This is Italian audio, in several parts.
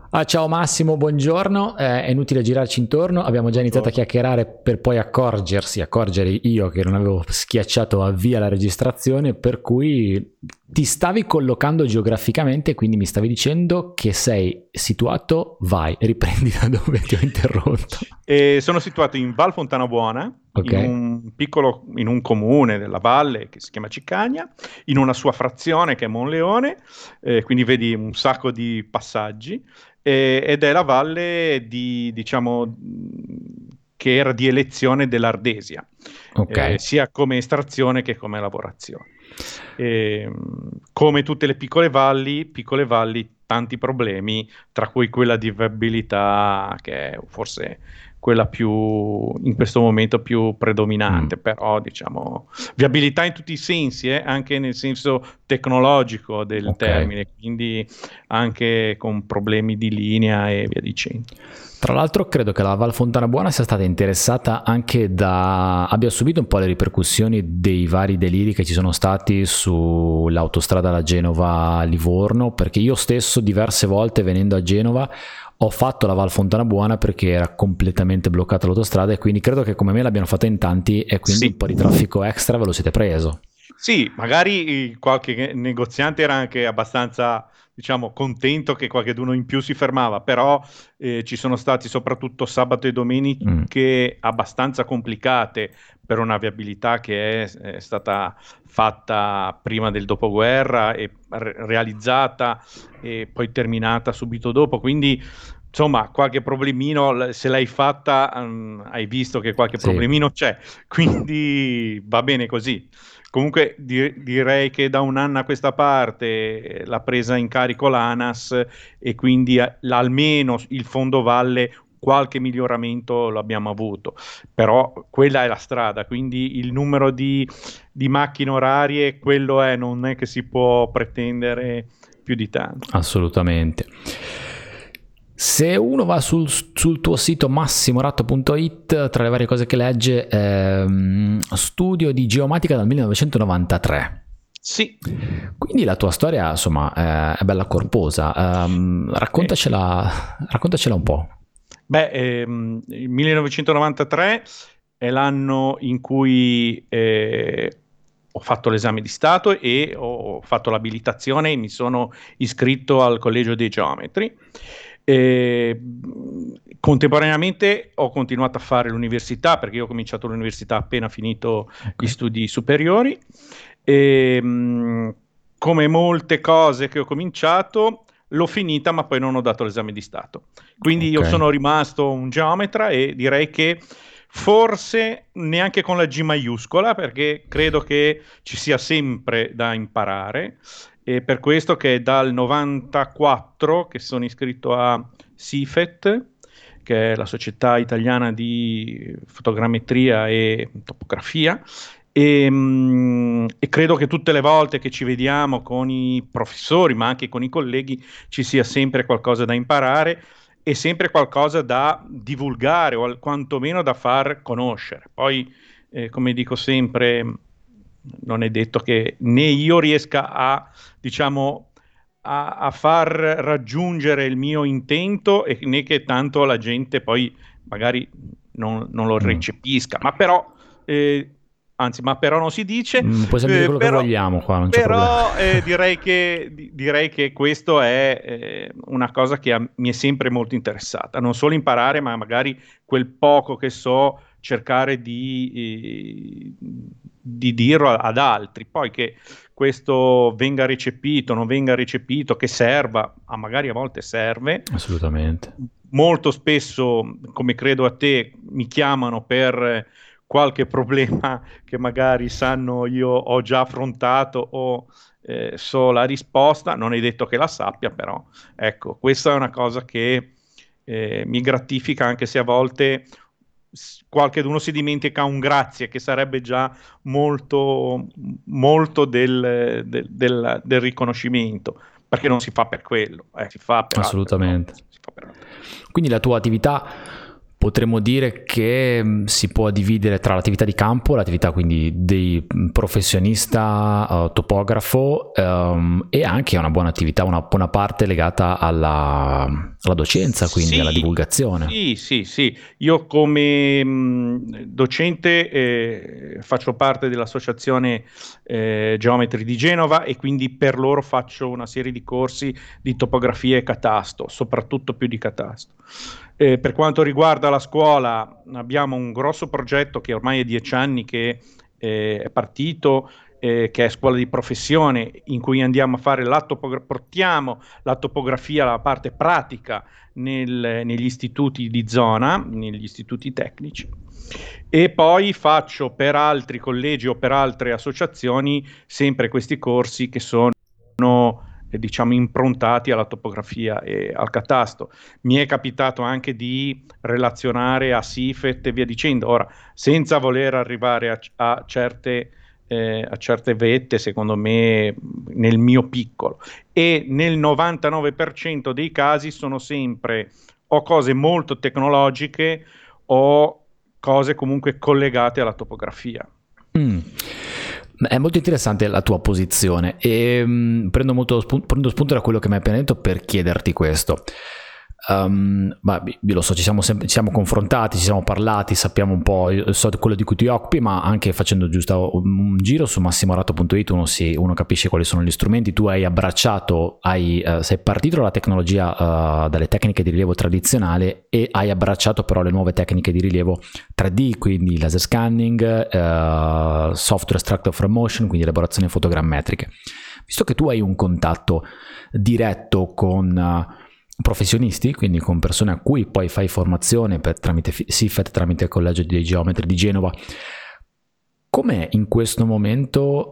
Ciao Massimo, buongiorno. È inutile girarci intorno, abbiamo già iniziato a Buongiorno. chiacchierare per poi accorgere io che non avevo schiacciato avvia la registrazione, per cui ti stavi collocando geograficamente, quindi mi stavi dicendo che sei situato, vai, riprendi da dove ti ho interrotto. Sono situato in Val Fontana Buona, Ok, in un comune della valle che si chiama Cicagna, in una sua frazione che è Monleone, quindi vedi un sacco di passaggi, ed è la valle diciamo, che era di elezione dell'Ardesia, ok. sia come estrazione che come lavorazione. Come tutte le piccole valli, tanti problemi, tra cui quella di viabilità, che è forse quella più in questo momento più Mm, predominante, però diciamo viabilità in tutti i sensi, anche nel senso tecnologico del ok. termine, quindi anche con problemi di linea e via dicendo. Tra l'altro credo che la Val Fontana Buona sia stata interessata anche abbia subito un po' le ripercussioni dei vari deliri che ci sono stati sull'autostrada da Genova a Livorno, perché io stesso diverse volte venendo a Genova ho fatto la Val Fontana Buona perché era completamente bloccata l'autostrada, e quindi credo che come me l'abbiano fatta in tanti, e quindi un Sì. po' di traffico extra ve lo siete preso. Sì, magari qualche negoziante era anche abbastanza, diciamo, contento che qualcuno in più si fermava, però ci sono stati soprattutto sabato e Mm, domeniche abbastanza complicate per una viabilità che è stata fatta prima del dopoguerra e realizzata e poi terminata subito dopo. Quindi, insomma, qualche problemino, se l'hai fatta, hai visto che qualche sì. problemino c'è, quindi va bene così. Comunque direi che da un anno a questa parte l'ha presa in carico l'ANAS e quindi almeno il fondovalle qualche miglioramento lo abbiamo avuto, però quella è la strada, quindi il numero di macchine orarie, quello è, non è che si può pretendere più di tanto. Assolutamente. Se uno va sul tuo sito massimoratto.it, tra le varie cose che legge, studio di geomatica dal 1993. Sì, Quindi la tua storia, insomma, è bella corposa. eh, Raccontacela un po'. beh, il 1993 è l'anno in cui ho fatto l'esame di Stato e ho fatto l'abilitazione e mi sono iscritto al Collegio dei Geometri. Contemporaneamente ho continuato a fare l'università perché io ho cominciato l'università appena finito Ok, gli studi superiori. E, come molte cose che ho cominciato, l'ho finita, ma poi non ho dato l'esame di Stato. Quindi ok. io sono rimasto un geometra e direi che forse neanche con la G maiuscola, perché credo che ci sia sempre da imparare. E per questo che è dal 94 che sono iscritto a SIFET, che è la Società Italiana di Fotogrammetria e Topografia, e credo che tutte le volte che ci vediamo con i professori, ma anche con i colleghi, ci sia sempre qualcosa da imparare e sempre qualcosa da divulgare o quantomeno da far conoscere. Poi, come dico sempre, non è detto che né io riesca a, diciamo, a far raggiungere il mio intento e né che tanto la gente poi magari non lo Mm. recepisca, ma però, anzi, ma però non si dice, Possiamo dire quello che però, vogliamo qua, non c'è problema. però direi che questo è una cosa che mi è sempre molto interessata, non solo imparare, ma magari quel poco che so cercare di dirlo ad altri. Poi che questo venga recepito, non venga recepito, che serva, magari a volte serve. Assolutamente. Molto spesso, come credo a te, mi chiamano per qualche problema che magari sanno io ho già affrontato o so la risposta, non è detto che la sappia, però ecco, questa è una cosa che mi gratifica, anche se a volte qualcuno si dimentica un grazie, che sarebbe già molto, molto del riconoscimento, perché non si fa per quello, si fa per altre cose, Assolutamente. si fa per altre cose. Quindi la tua attività Potremmo dire che si può dividere tra l'attività di campo, l'attività quindi di professionista, topografo, e anche una buona attività, una buona parte legata alla docenza, quindi alla Sì, divulgazione. sì, sì, sì. Io come docente faccio parte dell'associazione Geometri di Genova e quindi per loro faccio una serie di corsi di topografia e catasto, soprattutto più di catasto. Per quanto riguarda la scuola, abbiamo un grosso progetto che ormai è 10 anni che è partito, che è scuola di professione, in cui andiamo a fare portiamo la topografia, la parte pratica negli istituti di zona, negli istituti tecnici. E poi faccio per altri collegi o per altre associazioni sempre questi corsi che sono diciamo improntati alla topografia e al catasto. Mi è capitato anche di relazionare a SIFET e via dicendo, ora senza voler arrivare a certe vette, secondo me, nel mio piccolo. E nel 99% dei casi sono sempre o cose molto tecnologiche o cose comunque collegate alla topografia. Mm. È molto interessante la tua posizione e prendo spunto da quello che mi hai appena detto per chiederti questo. Io lo so, ci siamo confrontati, ci siamo parlati, sappiamo un po', so quello di cui ti occupi, ma anche facendo giusto un giro su massimorato.it uno capisce quali sono gli strumenti. Tu hai abbracciato, sei partito dalla tecnologia, dalle tecniche di rilievo tradizionale e hai abbracciato però le nuove tecniche di rilievo 3D, quindi laser scanning, software extractor from motion, quindi elaborazioni fotogrammetriche. Visto che tu hai un contatto diretto con professionisti, quindi con persone a cui poi fai formazione tramite SIFET, tramite il Collegio dei Geometri di Genova, com'è in questo momento,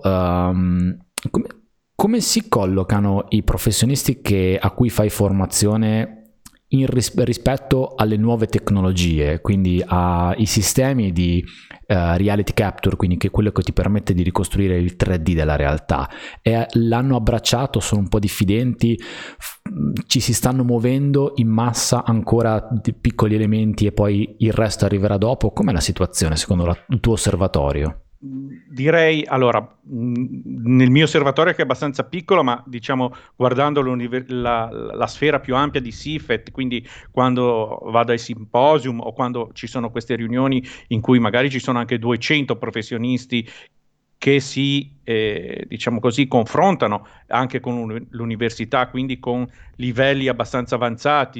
come si collocano i professionisti a cui fai formazione rispetto alle nuove tecnologie, quindi ai sistemi di reality capture, quindi che è quello che ti permette di ricostruire il 3D della realtà? L'hanno abbracciato, sono un po' diffidenti, ci si stanno muovendo in massa ancora di piccoli elementi e poi il resto arriverà dopo? Com'è la situazione secondo il tuo osservatorio? Direi, allora, nel mio osservatorio che è abbastanza piccolo, ma diciamo guardando la sfera più ampia di SIFET, quindi quando vado ai simposium o quando ci sono queste riunioni in cui magari ci sono anche 200 professionisti che diciamo così, confrontano anche con l'università, quindi con livelli abbastanza avanzati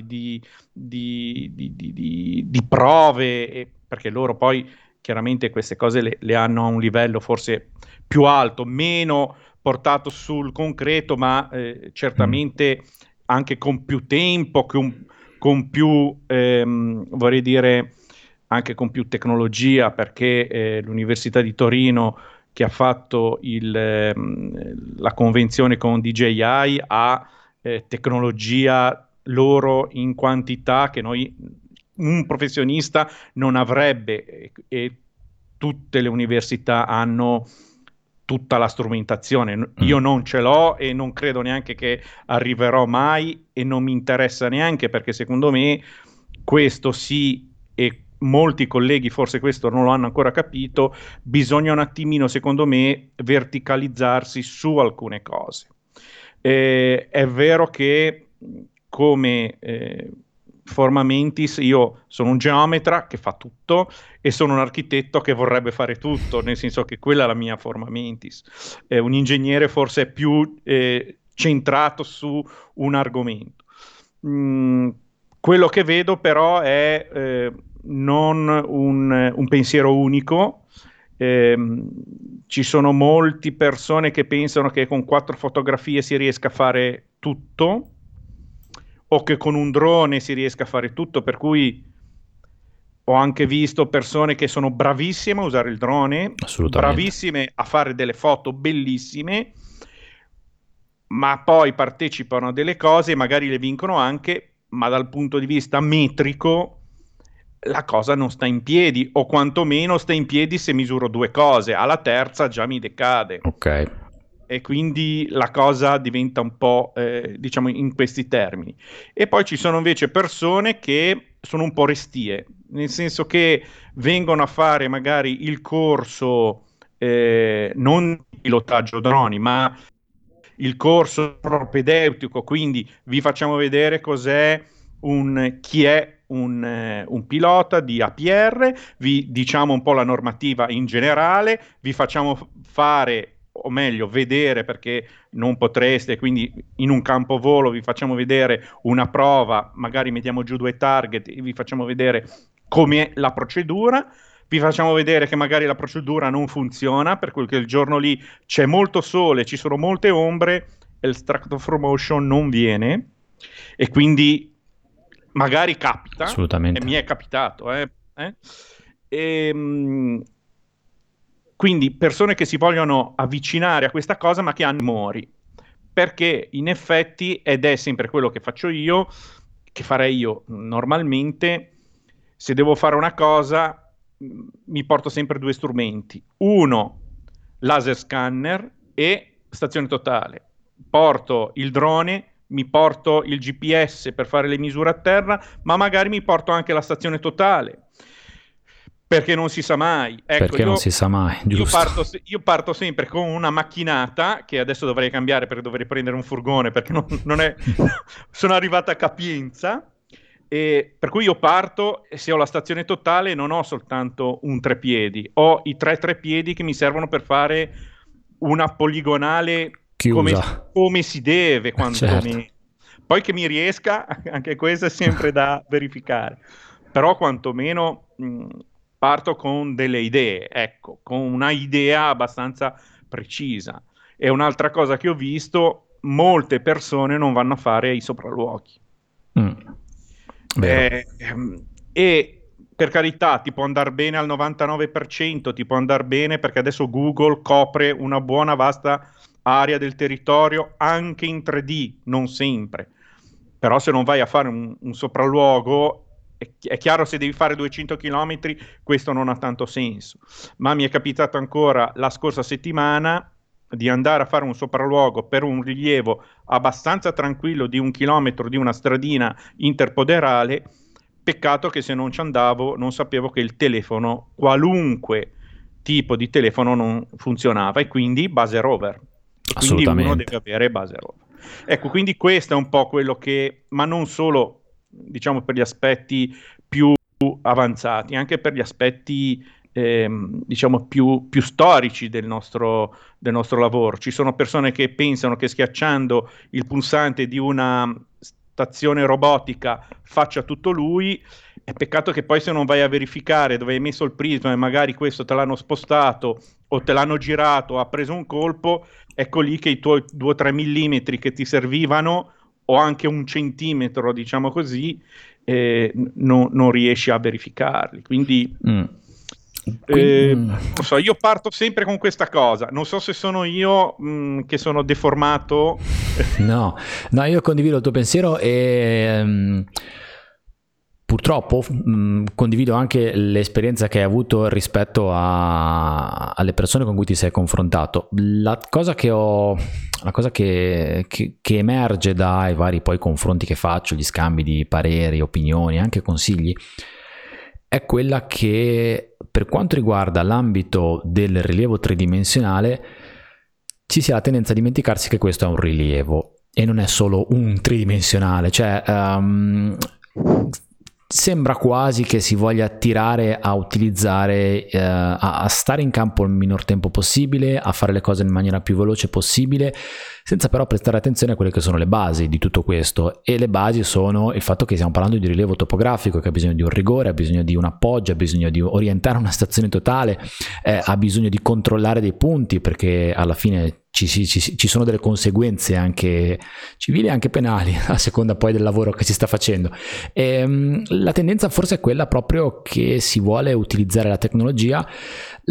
di prove, perché loro poi chiaramente queste cose le hanno a un livello forse più alto, meno portato sul concreto, ma certamente anche con più tempo, con più, vorrei dire, anche con più tecnologia, perché l'Università di Torino che ha fatto la convenzione con DJI ha tecnologia loro in quantità che un professionista non avrebbe e tutte le università hanno tutta la strumentazione. Io non ce l'ho e non credo neanche che arriverò mai e non mi interessa neanche perché secondo me questo sì, e molti colleghi forse questo non lo hanno ancora capito, bisogna un attimino secondo me verticalizzarsi su alcune cose. È vero che come Forma Mentis io sono un geometra che fa tutto e sono un architetto che vorrebbe fare tutto, nel senso che quella è la mia Forma Mentis. Un ingegnere forse è più centrato su un argomento. Quello che vedo però è non un pensiero unico. Ci sono molte persone che pensano che con 4 fotografie si riesca a fare tutto o che con un drone si riesca a fare tutto, per cui ho anche visto persone che sono bravissime a usare il drone, bravissime a fare delle foto bellissime, ma poi partecipano a delle cose e magari le vincono anche, ma dal punto di vista metrico la cosa non sta in piedi, o quantomeno sta in piedi se misuro 2 cose, alla terza già mi decade. Ok. e quindi la cosa diventa un po', diciamo, in questi termini. E poi ci sono invece persone che sono un po' restie, nel senso che vengono a fare magari il corso, non di pilotaggio droni, ma il corso propedeutico, quindi vi facciamo vedere chi è un pilota di APR, vi diciamo un po' la normativa in generale, vi facciamo fare, o meglio, vedere perché non potreste, quindi in un campo volo vi facciamo vedere una prova, magari mettiamo giù 2 target e vi facciamo vedere com'è la procedura. Vi facciamo vedere che magari la procedura non funziona, per quel che il giorno lì c'è molto sole, ci sono molte ombre e il tract of motion non viene, e quindi magari capita, e Assolutamente. mi è capitato, E, quindi persone che si vogliono avvicinare a questa cosa ma che hanno timori, perché in effetti, ed è sempre quello che faccio io, che farei io normalmente, se devo fare una cosa, mi porto sempre 2 strumenti. Uno, laser scanner, e stazione totale. Porto il drone, mi porto il GPS per fare le misure a terra, ma magari mi porto anche la stazione totale, perché non si sa mai. Ecco, Perché non si sa mai, giusto? io parto sempre con una macchinata, che adesso dovrei cambiare perché dovrei prendere un furgone, perché non è... sono arrivata a capienza, e per cui io parto, e se ho la stazione totale non ho soltanto un trepiedi, ho i 3 trepiedi che mi servono per fare una poligonale come, Chiusa. come si deve, Certo. quantomeno. Poi che mi riesca, anche questo è sempre da verificare. Però quantomeno parto con delle idee, ecco, con una idea abbastanza precisa. E un'altra cosa che ho visto, molte persone non vanno a fare i sopralluoghi. Vero. E per carità, ti può andare bene al 99%, ti può andare bene perché adesso Google copre una buona vasta area del territorio anche in 3D, non sempre. Però se non vai a fare un sopralluogo, è chiaro, se devi fare 200 km, questo non ha tanto senso. Ma mi è capitato ancora la scorsa settimana di andare a fare un sopralluogo per un rilievo abbastanza tranquillo di 1 chilometro di una stradina interpoderale. Peccato che se non ci andavo non sapevo che il telefono, qualunque tipo di telefono, non funzionava, e quindi base rover. E quindi uno Assolutamente. deve avere base rover. Ecco, quindi questo è un po' quello che, ma non solo, diciamo, per gli aspetti più avanzati, anche per gli aspetti, diciamo, più storici del nostro lavoro. Ci sono persone che pensano che schiacciando il pulsante di una stazione robotica faccia tutto lui. È peccato che poi, se non vai a verificare dove hai messo il prisma e magari questo te l'hanno spostato o te l'hanno girato, ha preso un colpo, ecco lì che i tuoi 2 o 3 millimetri che ti servivano, o anche 1 centimetro, diciamo così, non riesci a verificarli. Quindi, Mm. Quindi, non so, io parto sempre con questa cosa. Non so se sono io che sono deformato. no, no, io condivido il tuo pensiero e purtroppo condivido anche l'esperienza che hai avuto rispetto alle persone con cui ti sei confrontato. La cosa che emerge dai vari poi confronti che faccio, gli scambi di pareri, opinioni, anche consigli, è quella che, per quanto riguarda l'ambito del rilievo tridimensionale, ci sia la tendenza a dimenticarsi che questo è un rilievo e non è solo un tridimensionale, cioè sembra quasi che si voglia attirare a utilizzare, a stare in campo il minor tempo possibile, a fare le cose in maniera più veloce possibile, senza però prestare attenzione a quelle che sono le basi di tutto questo. E le basi sono il fatto che stiamo parlando di rilievo topografico, che ha bisogno di un rigore, ha bisogno di un appoggio, ha bisogno di orientare una stazione totale, ha bisogno di controllare dei punti, perché alla fine ci sono delle conseguenze anche civili e anche penali, a seconda poi del lavoro che si sta facendo. La tendenza forse è quella proprio che si vuole utilizzare la tecnologia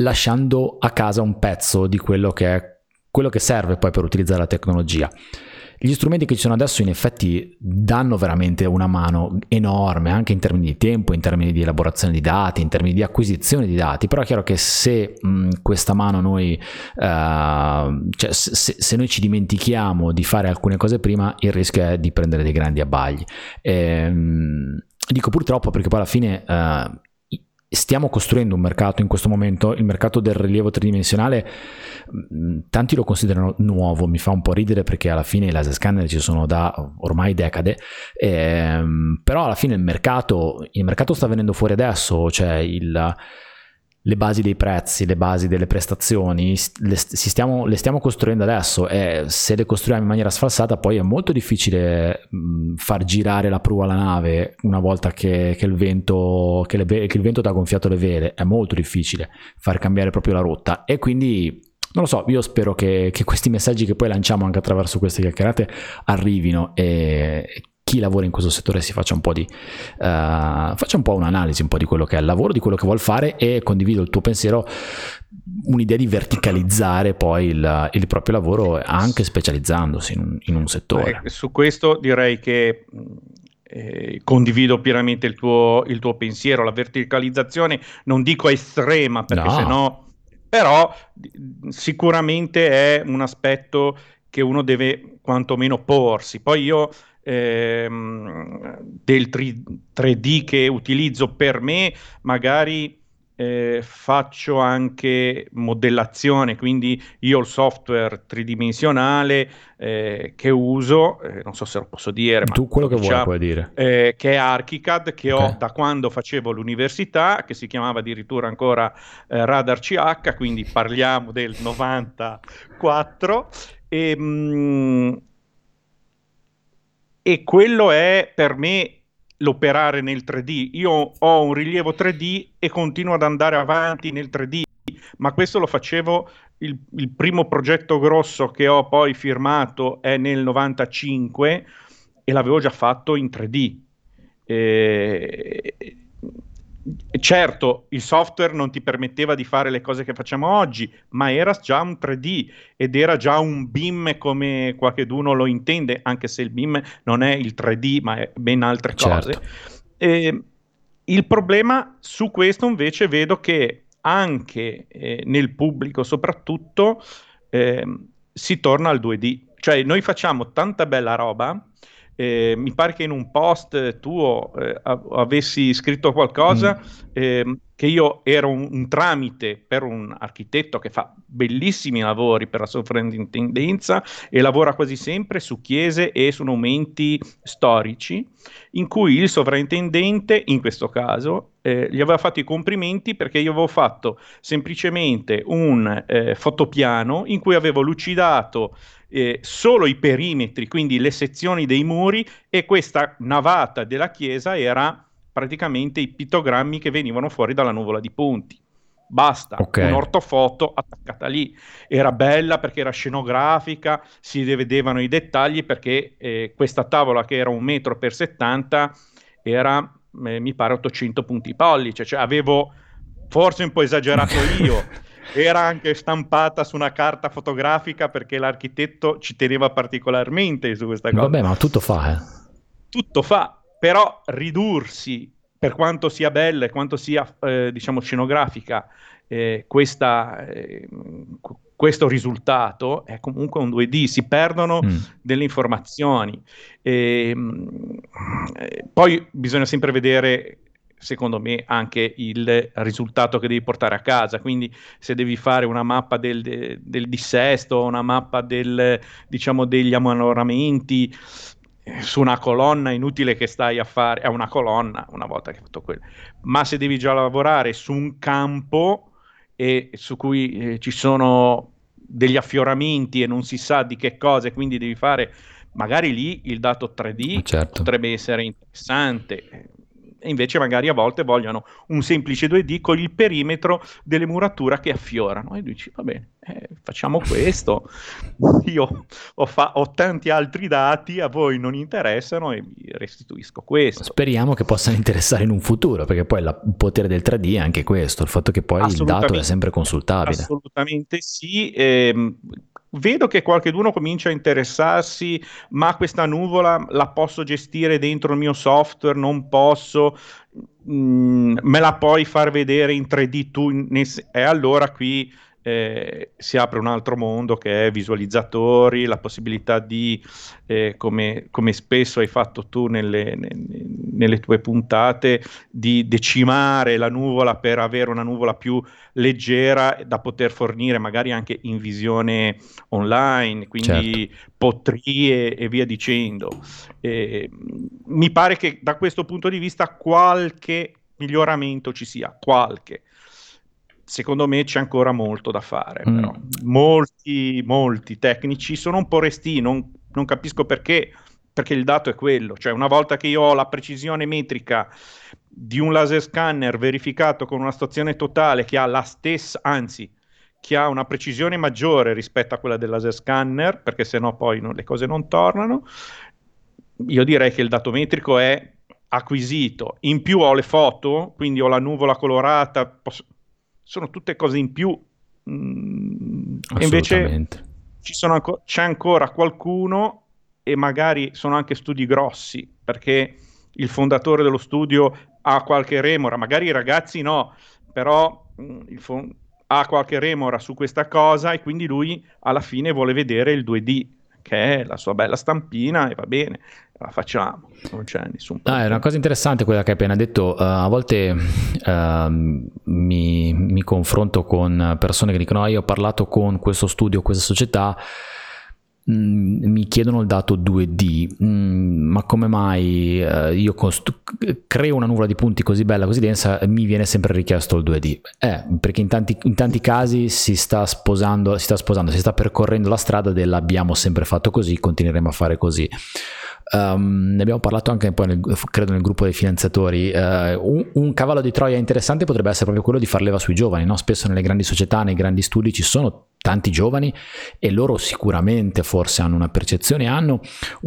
lasciando a casa un pezzo di quello che serve poi per utilizzare la tecnologia. gli strumenti che ci sono adesso in effetti danno veramente una mano enorme, anche in termini di tempo, in termini di elaborazione di dati, in termini di acquisizione di dati, però è chiaro che se questa mano noi, cioè se noi ci dimentichiamo di fare alcune cose prima, il rischio è di prendere dei grandi abbagli. Dico purtroppo perché poi alla fine stiamo costruendo un mercato in questo momento, il mercato del rilievo tridimensionale. Tanti lo considerano nuovo, mi fa un po' ridere perché alla fine i laser scanner ci sono da ormai decade, però alla fine il mercato sta venendo fuori adesso, cioè le basi dei prezzi, le basi delle prestazioni le stiamo costruendo adesso, e se le costruiamo in maniera sfalsata poi è molto difficile far girare la prua alla nave una volta che il vento ti ha gonfiato le vele. È molto difficile far cambiare proprio la rotta, e quindi non lo so, io spero che questi messaggi che poi lanciamo anche attraverso queste chiacchierate arrivino, e chi lavora in questo settore si faccia un po' faccia un po' un'analisi un po' di quello che è il lavoro, di quello che vuol fare, e condivido il tuo pensiero, un'idea di verticalizzare poi il proprio lavoro anche specializzandosi in un settore. Su questo direi che condivido pienamente il tuo pensiero. La verticalizzazione non dico estrema, perché sennò, però sicuramente è un aspetto che uno deve quantomeno porsi. Poi io del 3D che utilizzo per me, magari faccio anche modellazione, quindi io il software tridimensionale che uso, non so se lo posso dire, tu ma quello che vuoi puoi dire, che è ArchiCAD, che ho da quando facevo l'università, che si chiamava addirittura ancora Radar CH, quindi parliamo del 94, e quello è per me l'operare nel 3D. Io ho un rilievo 3D e continuo ad andare avanti nel 3D, ma questo lo facevo, il primo progetto grosso che ho poi firmato è nel 95 e l'avevo già fatto in 3D. Certo, il software non ti permetteva di fare le cose che facciamo oggi, ma era già un 3D ed era già un BIM come qualcuno lo intende, anche se il BIM non è il 3D, ma è ben altre cose. Il problema su questo invece vedo che anche nel pubblico soprattutto si torna al 2D. Cioè noi facciamo tanta bella roba. Mi pare che in un post tuo avessi scritto qualcosa che io ero un tramite per un architetto che fa bellissimi lavori per la sovrintendenza e lavora quasi sempre su chiese e su monumenti storici, in cui il sovrintendente, in questo caso, gli aveva fatto i complimenti perché io avevo fatto semplicemente un fotopiano in cui avevo lucidato solo i perimetri, quindi le sezioni dei muri, e questa navata della chiesa era praticamente i pittogrammi che venivano fuori dalla nuvola di Ponti. Basta, un ortofoto attaccata lì. Era bella perché era scenografica, si vedevano i dettagli, perché questa tavola che era 1,70 m era, mi pare, 800 punti pollice, cioè avevo forse un po' esagerato io. Era anche stampata su una carta fotografica perché l'architetto ci teneva particolarmente su questa cosa. Vabbè, ma tutto fa, Tutto fa, però ridursi, per quanto sia bella e quanto sia, diciamo, scenografica, questo risultato è comunque un 2D, si perdono delle informazioni. Poi bisogna sempre vedere, secondo me, anche il risultato che devi portare a casa. Quindi se devi fare una mappa del dissesto, una mappa diciamo degli ammaloramenti su una colonna, inutile che stai a fare, è una colonna una volta che hai fatto quello, ma se devi già lavorare su un campo e su cui ci sono degli affioramenti e non si sa di che cosa, e quindi devi fare, magari lì il dato 3D potrebbe essere interessante. E invece magari a volte vogliono un semplice 2D con il perimetro delle murature che affiorano, e dici va bene, facciamo questo, io ho tanti altri dati, a voi non interessano e vi restituisco questo. Speriamo che possano interessare in un futuro, perché poi il potere del 3D è anche questo, il fatto che poi il dato è sempre consultabile. Assolutamente sì. vedo che qualcuno comincia a interessarsi, ma questa nuvola la posso gestire dentro il mio software, non posso, me la puoi far vedere in 3D tu, e allora qui si apre un altro mondo che è visualizzatori, la possibilità di, come spesso hai fatto tu nelle tue puntate, di decimare la nuvola per avere una nuvola più leggera da poter fornire magari anche in visione online, Certo. quindi potrie e via dicendo. Mi pare che da questo punto di vista qualche miglioramento ci sia, qualche. Secondo me c'è ancora molto da fare, però. Molti tecnici sono un po' resti, non capisco perché il dato è quello. Cioè, una volta che io ho la precisione metrica di un laser scanner verificato con una stazione totale che ha la stessa, anzi, che ha una precisione maggiore rispetto a quella del laser scanner, perché sennò poi le cose non tornano, io direi che il dato metrico è acquisito. In più ho le foto, quindi ho la nuvola colorata, sono tutte cose in più. E invece Assolutamente. c'è ancora qualcuno, e magari sono anche studi grossi, perché il fondatore dello studio ha qualche remora, magari i ragazzi no, però ha qualche remora su questa cosa e quindi lui alla fine vuole vedere il 2D, che è la sua bella stampina, e va bene, la facciamo, non c'è nessun Ah, è una problema. cosa interessante quella che hai appena detto. A volte mi confronto con persone che dicono: io ho parlato con questo studio, questa società, mi chiedono il dato 2D, ma come mai io creo una nuvola di punti così bella, così densa, mi viene sempre richiesto il 2D? Perché in tanti casi si sta percorrendo la strada dell'abbiamo sempre fatto così, continueremo a fare così. Ne abbiamo parlato anche poi credo nel gruppo dei finanziatori. Un cavallo di Troia interessante potrebbe essere proprio quello di far leva sui giovani, no? Spesso nelle grandi società, nei grandi studi ci sono tanti giovani e loro sicuramente forse hanno una percezione, hanno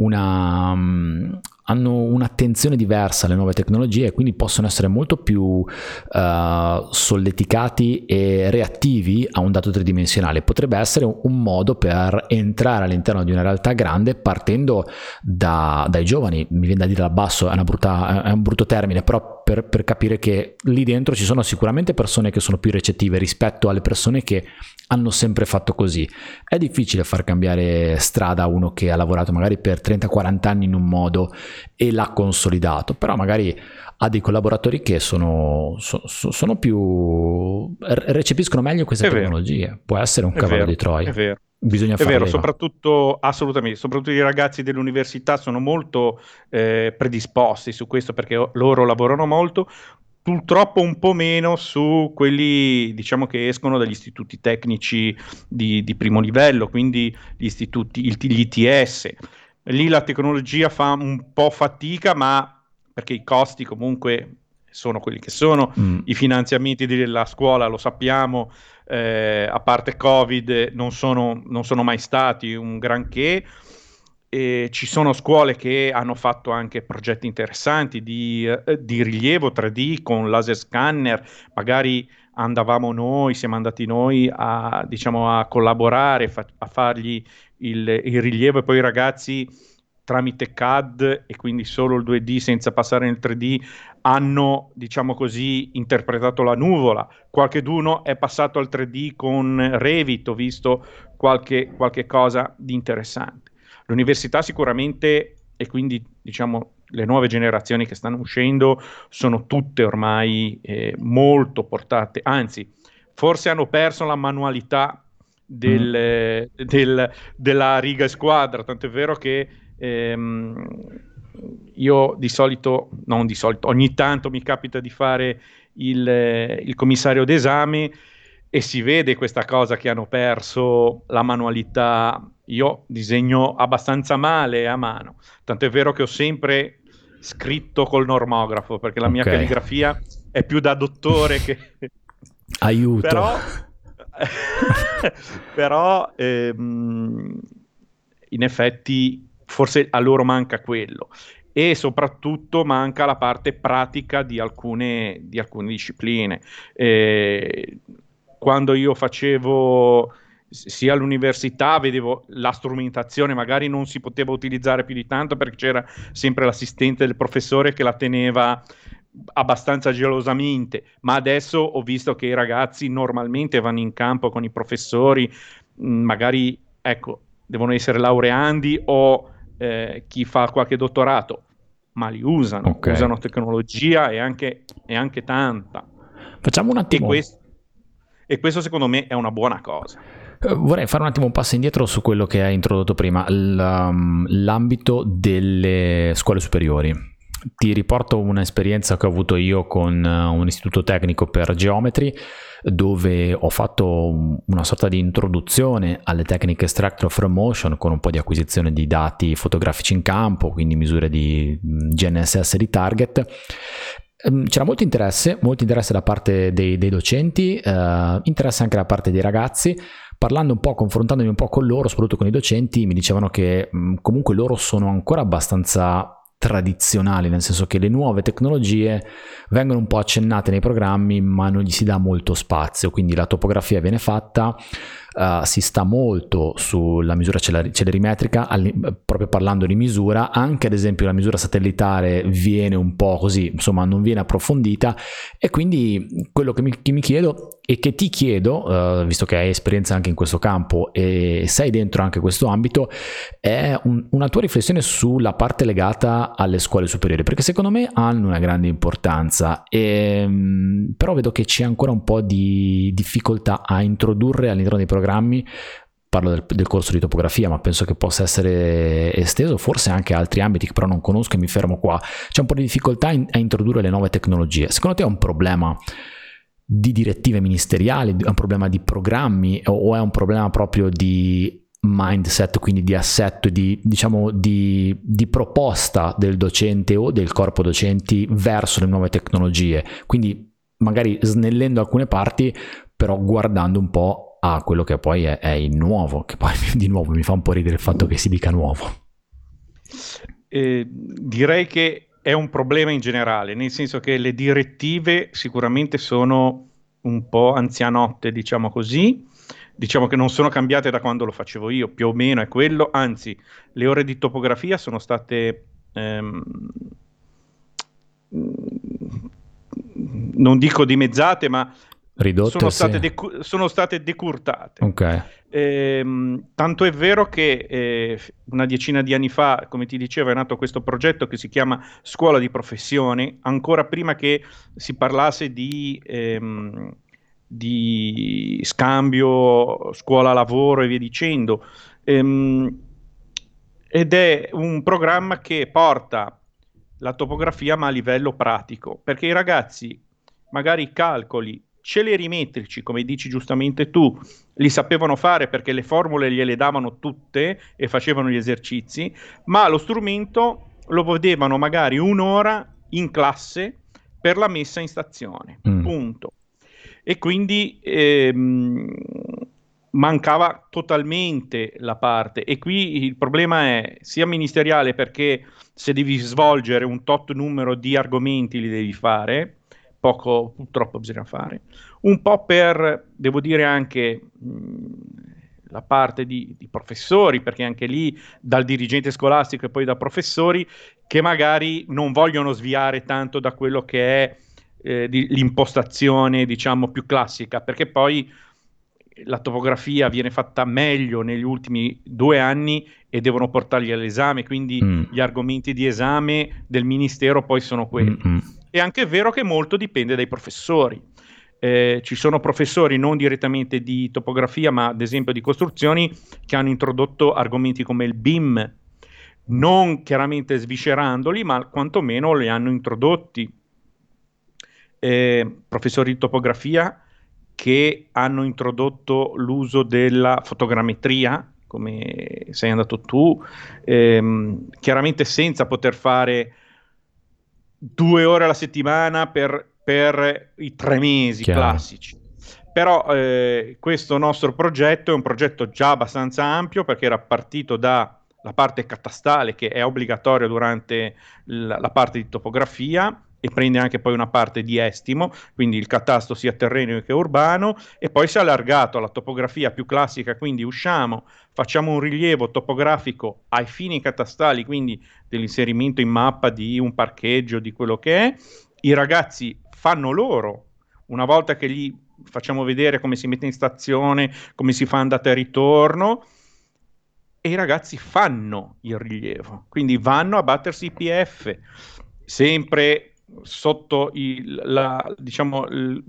un'attenzione diversa alle nuove tecnologie e quindi possono essere molto più solleticati e reattivi a un dato tridimensionale. Potrebbe essere un modo per entrare all'interno di una realtà grande partendo dai giovani. Mi viene da dire da basso, è un brutto termine, però per capire che lì dentro ci sono sicuramente persone che sono più recettive rispetto alle persone che hanno sempre fatto così. È difficile far cambiare strada a uno che ha lavorato magari per 30-40 anni in un modo e l'ha consolidato, però magari ha dei collaboratori che sono più, recepiscono meglio queste È vero, tecnologie. Può essere un è cavallo vero, di è Troia. vero. Bisogna È far vero, leva. soprattutto, assolutamente, soprattutto i ragazzi dell'università sono molto predisposti su questo perché loro lavorano molto, purtroppo un po' meno su quelli, diciamo, che escono dagli istituti tecnici di primo livello, quindi gli ITS. Lì la tecnologia fa un po' fatica, ma perché i costi comunque sono quelli che sono, i finanziamenti della scuola, lo sappiamo, a parte Covid, non sono mai stati un granché. E ci sono scuole che hanno fatto anche progetti interessanti di rilievo 3D con laser scanner, magari siamo andati noi a, diciamo, a collaborare, a fargli il rilievo, e poi i ragazzi tramite CAD e quindi solo il 2D senza passare nel 3D hanno, diciamo così, interpretato la nuvola. Qualcheduno è passato al 3D con Revit, ho visto qualche cosa di interessante. L'università sicuramente, e quindi diciamo le nuove generazioni che stanno uscendo, sono tutte ormai molto portate, anzi, forse hanno perso la manualità della riga e squadra, tanto è vero che io di solito, non di solito, ogni tanto mi capita di fare il commissario d'esame e si vede questa cosa che hanno perso la manualità. Io disegno abbastanza male a mano, tanto è vero che ho sempre scritto col normografo perché la mia Ok, calligrafia è più da dottore che... aiuto. Però, però in effetti forse a loro manca quello e soprattutto manca la parte pratica di alcune discipline. Quando io facevo sia all'università vedevo la strumentazione, magari non si poteva utilizzare più di tanto perché c'era sempre l'assistente del professore che la teneva abbastanza gelosamente, ma adesso ho visto che i ragazzi normalmente vanno in campo con i professori, magari ecco, devono essere laureandi o chi fa qualche dottorato, ma li usano, Ok. usano tecnologia e anche tanta. Facciamo un attimo. E questo secondo me è una buona cosa. Vorrei fare un attimo un passo indietro su quello che hai introdotto prima, l'ambito delle scuole superiori. Ti riporto un'esperienza che ho avuto io con un istituto tecnico per geometri, dove ho fatto una sorta di introduzione alle tecniche Extractor from Motion con un po' di acquisizione di dati fotografici in campo, quindi misure di GNSS di target. C'era molto interesse da parte dei docenti, interesse anche da parte dei ragazzi. Parlando un po', confrontandomi un po' con loro, soprattutto con i docenti, mi dicevano che comunque loro sono ancora abbastanza tradizionali, nel senso che le nuove tecnologie vengono un po' accennate nei programmi ma non gli si dà molto spazio, quindi la topografia viene fatta, si sta molto sulla misura celerimetrica, proprio parlando di misura, anche ad esempio la misura satellitare viene un po' così, insomma non viene approfondita, e quindi quello che mi chiedo e che ti chiedo, visto che hai esperienza anche in questo campo e sei dentro anche questo ambito, è una tua riflessione sulla parte legata alle scuole superiori, perché secondo me hanno una grande importanza, però vedo che c'è ancora un po' di difficoltà a introdurre all'interno dei programmi. Parlo del corso di topografia, ma penso che possa essere esteso forse anche a altri ambiti che però non conosco e mi fermo qua. C'è un po' di difficoltà a introdurre le nuove tecnologie. Secondo te è un problema di direttive ministeriali, è un problema di programmi o è un problema proprio di mindset, quindi di assetto, di proposta del docente o del corpo docenti verso le nuove tecnologie, quindi magari snellendo alcune parti però guardando un po' a quello che poi è il nuovo, che poi di nuovo mi fa un po' ridere il fatto che si dica nuovo. Direi che è un problema in generale, nel senso che le direttive sicuramente sono un po' anzianotte, diciamo così, diciamo che non sono cambiate da quando lo facevo io, più o meno è quello, anzi le ore di topografia sono state non dico dimezzate, ma ridotte, sono state decurtate. Ok. Tanto è vero che una decina di anni fa, come ti dicevo, è nato questo progetto che si chiama Scuola di Professione, ancora prima che si parlasse di scambio scuola-lavoro e via dicendo. Ed è un programma che porta la topografia ma a livello pratico, perché i ragazzi magari i calcoli celerimetrici, come dici giustamente tu, li sapevano fare perché le formule gliele davano tutte e facevano gli esercizi, ma lo strumento lo vedevano magari un'ora in classe per la messa in stazione, punto. E quindi mancava totalmente la parte, e qui il problema è sia ministeriale, perché se devi svolgere un tot numero di argomenti li devi fare, poco purtroppo bisogna fare, un po' per, devo dire, anche la parte di professori, perché anche lì dal dirigente scolastico e poi da professori che magari non vogliono sviare tanto da quello che è l'impostazione, diciamo, più classica, perché poi la topografia viene fatta meglio negli ultimi 2 anni e devono portarli all'esame, quindi gli argomenti di esame del ministero poi sono quelli. È anche vero che molto dipende dai professori. Ci sono professori non direttamente di topografia, ma ad esempio di costruzioni, che hanno introdotto argomenti come il BIM, non chiaramente sviscerandoli, ma quantomeno li hanno introdotti. Professori di topografia che hanno introdotto l'uso della fotogrammetria, come sei andato tu, chiaramente senza poter fare 2 ore alla settimana per i 3 mesi classici. Però questo nostro progetto è un progetto già abbastanza ampio, perché era partito dalla parte catastale, che è obbligatoria durante la parte di topografia, e prende anche poi una parte di estimo, quindi il catasto sia terreno che urbano, e poi si è allargato alla topografia più classica, quindi usciamo, facciamo un rilievo topografico ai fini catastali, quindi dell'inserimento in mappa di un parcheggio, di quello che è. I ragazzi fanno loro, una volta che gli facciamo vedere come si mette in stazione, come si fa andata e ritorno, e i ragazzi fanno il rilievo, quindi vanno a battersi i PF, sempre sotto diciamo,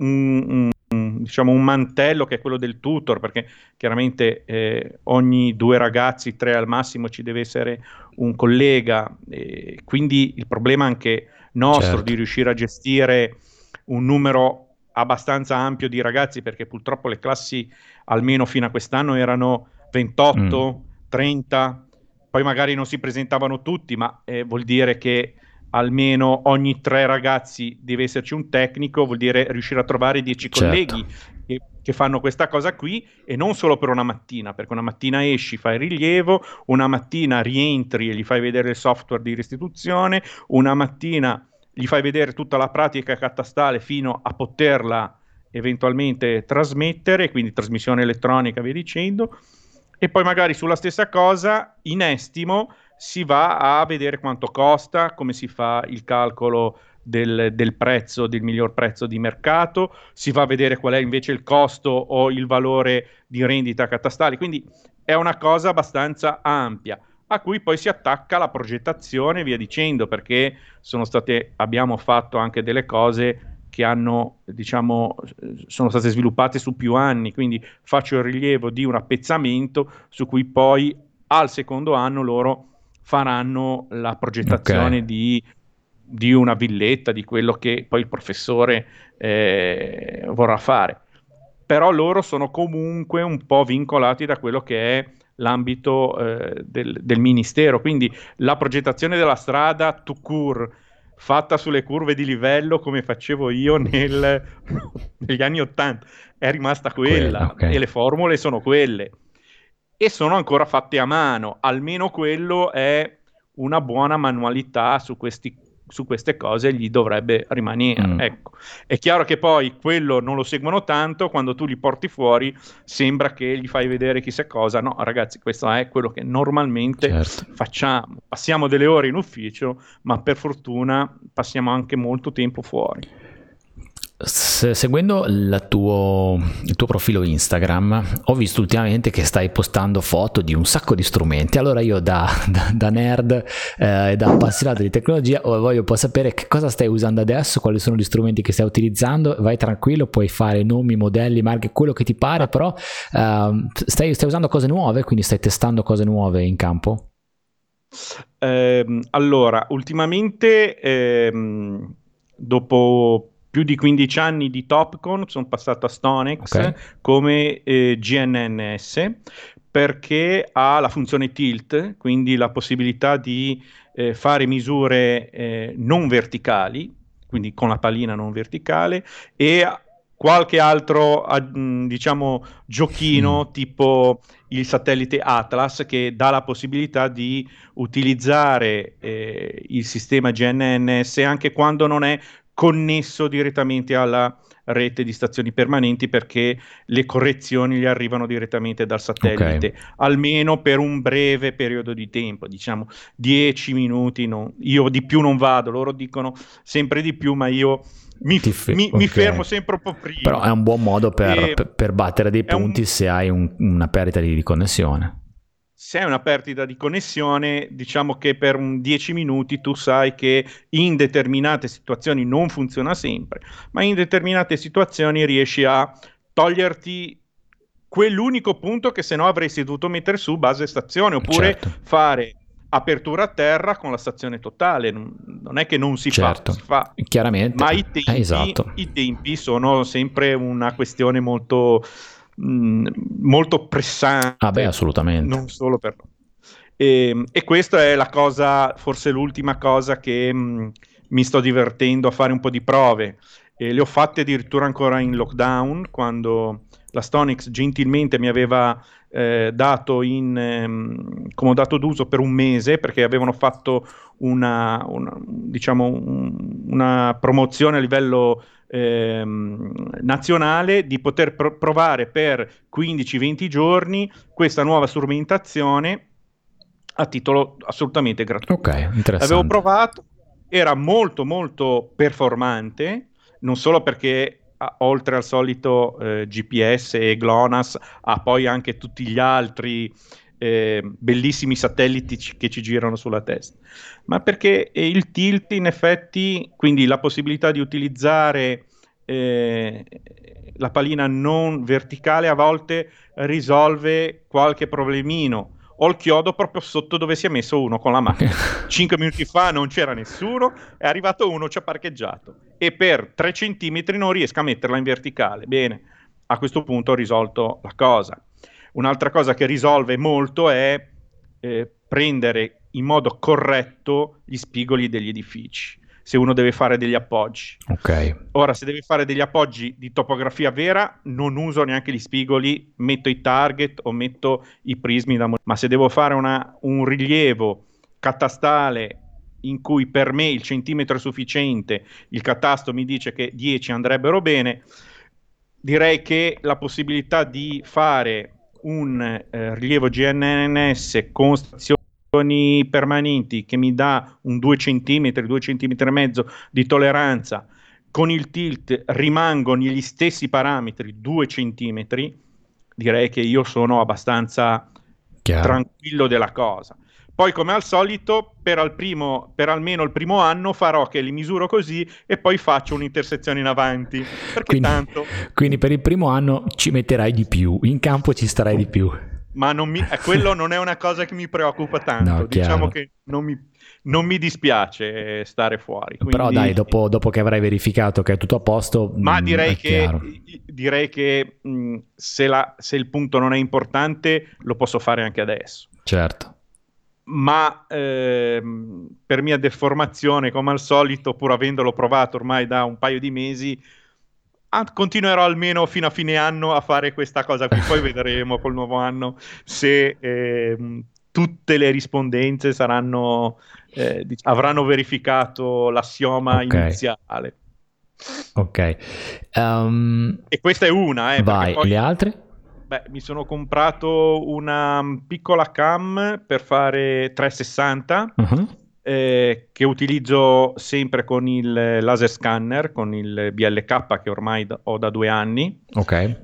diciamo un mantello che è quello del tutor, perché chiaramente ogni 2 ragazzi, 3 al massimo, ci deve essere un collega, quindi il problema anche nostro di Certo. riuscire a gestire un numero abbastanza ampio di ragazzi, perché purtroppo le classi, almeno fino a quest'anno, erano 28, 30, poi magari non si presentavano tutti, ma vuol dire che almeno ogni 3 ragazzi deve esserci un tecnico, vuol dire riuscire a trovare 10 Certo. colleghi che fanno questa cosa qui, e non solo per una mattina, perché una mattina esci, fai il rilievo, una mattina rientri e gli fai vedere il software di restituzione, una mattina gli fai vedere tutta la pratica catastale fino a poterla eventualmente trasmettere, quindi trasmissione elettronica, via dicendo, e poi magari sulla stessa cosa in estimo si va a vedere quanto costa, come si fa il calcolo del prezzo, del miglior prezzo di mercato, si va a vedere qual è invece il costo o il valore di rendita catastale, quindi è una cosa abbastanza ampia a cui poi si attacca la progettazione e via dicendo, perché abbiamo fatto anche delle cose che diciamo, sono state sviluppate su più anni, quindi faccio il rilievo di un appezzamento su cui poi al secondo anno loro faranno la Ok. progettazione di una villetta, di quello che poi il professore vorrà fare. Però loro sono comunque un po' vincolati da quello che è l'ambito del ministero, quindi la progettazione della strada tout court, fatta sulle curve di livello come facevo io negli anni '80, è rimasta Quella, quella, e ok. le formule sono quelle e sono ancora fatte a mano. Almeno quello è una buona manualità su queste cose, gli dovrebbe rimanere. Mm, Ecco. È chiaro che poi quello non lo seguono tanto, quando tu li porti fuori sembra che gli fai vedere chissà cosa. No, ragazzi, questo è quello che normalmente certo. facciamo. Passiamo delle ore in ufficio, ma per fortuna passiamo anche molto tempo fuori. Seguendo il tuo profilo Instagram, ho visto ultimamente che stai postando foto di un sacco di strumenti. Allora io da nerd e da appassionato di tecnologia voglio un po' sapere che cosa stai usando adesso, quali sono gli strumenti che stai utilizzando. Vai tranquillo, puoi fare nomi, modelli, marche, quello che ti pare, però stai usando cose nuove, quindi stai testando cose nuove in campo? Allora, ultimamente, dopo più di 15 anni di Topcon, sono passato a Ok, Stonex come GNNS, perché ha la funzione tilt, quindi la possibilità di fare misure non verticali, quindi con la pallina non verticale, e qualche altro, diciamo, giochino tipo il satellite Atlas, che dà la possibilità di utilizzare il sistema GNNS anche quando non è connesso direttamente alla rete di stazioni permanenti, perché le correzioni gli arrivano direttamente dal ok. satellite, almeno per un breve periodo di tempo, diciamo 10 minuti. Io di più non vado, loro dicono sempre di più, ma io mi fermo Ok. sempre un po' Però è prima. un buon modo E per battere dei è un, punti se hai una perdita di connessione. Se è una perdita di connessione, diciamo che per 10 minuti tu sai che in determinate situazioni non funziona sempre, ma in determinate situazioni riesci a toglierti quell'unico punto che se no avresti dovuto mettere su base stazione, oppure Certo, fare apertura a terra con la stazione totale. Non è che non si fa, certo. si fa, Chiaramente, ma esatto. i tempi sono sempre una questione molto, mh, molto Ah beh, pressante, assolutamente. non solo per noi. E questa è la cosa, forse l'ultima cosa che mi sto divertendo a fare un po' di prove. E le ho fatte addirittura ancora in lockdown, quando la Stonix gentilmente mi aveva dato come dato d'uso per un mese, perché avevano fatto diciamo una promozione a livello nazionale di poter provare per 15-20 giorni questa nuova strumentazione a titolo assolutamente gratuito. Ok, interessante. L'avevo provato, era molto molto performante, non solo perché oltre al solito GPS e GLONASS ha poi anche tutti gli altri bellissimi satelliti che ci girano sulla testa, ma perché il tilt in effetti, quindi la possibilità di utilizzare la pallina non verticale a volte risolve qualche problemino. Ho il chiodo proprio sotto dove si è messo uno con la macchina. 5 minuti fa non c'era nessuno, è arrivato uno, ci ha parcheggiato e per 3 centimetri non riesco a metterla in verticale. Bene, a questo punto ho risolto la cosa. Un'altra cosa che risolve molto è prendere in modo corretto gli spigoli degli edifici, se uno deve fare degli appoggi. Ok. Ora, se deve fare degli appoggi di topografia vera, non uso neanche gli spigoli, metto i target o metto i prismi ma se devo fare un rilievo catastale in cui per me il centimetro è sufficiente, il catasto mi dice che 10 andrebbero bene, direi che la possibilità di fare un rilievo GNSS con stazioni permanenti che mi dà un 2 cm, 2 cm e mezzo di tolleranza, con il tilt rimangono gli stessi parametri, 2 cm, direi che io sono abbastanza tranquillo della cosa. Poi, come al solito, per almeno il primo anno farò che li misuro così e poi faccio un'intersezione in avanti. Perché quindi per il primo anno ci metterai di più, in campo ci starai di più. Ma quello non è una cosa che mi preoccupa tanto. No, diciamo che non mi dispiace stare fuori. Quindi... Però dai, dopo che avrai verificato che è tutto a posto, ma direi che se il punto non è importante, lo posso fare anche adesso. Certo. Ma per mia deformazione, come al solito, pur avendolo provato ormai da un paio di mesi, continuerò almeno fino a fine anno a fare questa cosa qui. Poi vedremo col nuovo anno se tutte le rispondenze avranno verificato l'assioma iniziale. Ok. E questa è una. Vai, poi, le altre? Beh, mi sono comprato una piccola cam per fare 360 che utilizzo sempre con il laser scanner, con il BLK che ormai ho da 2 anni. Ok.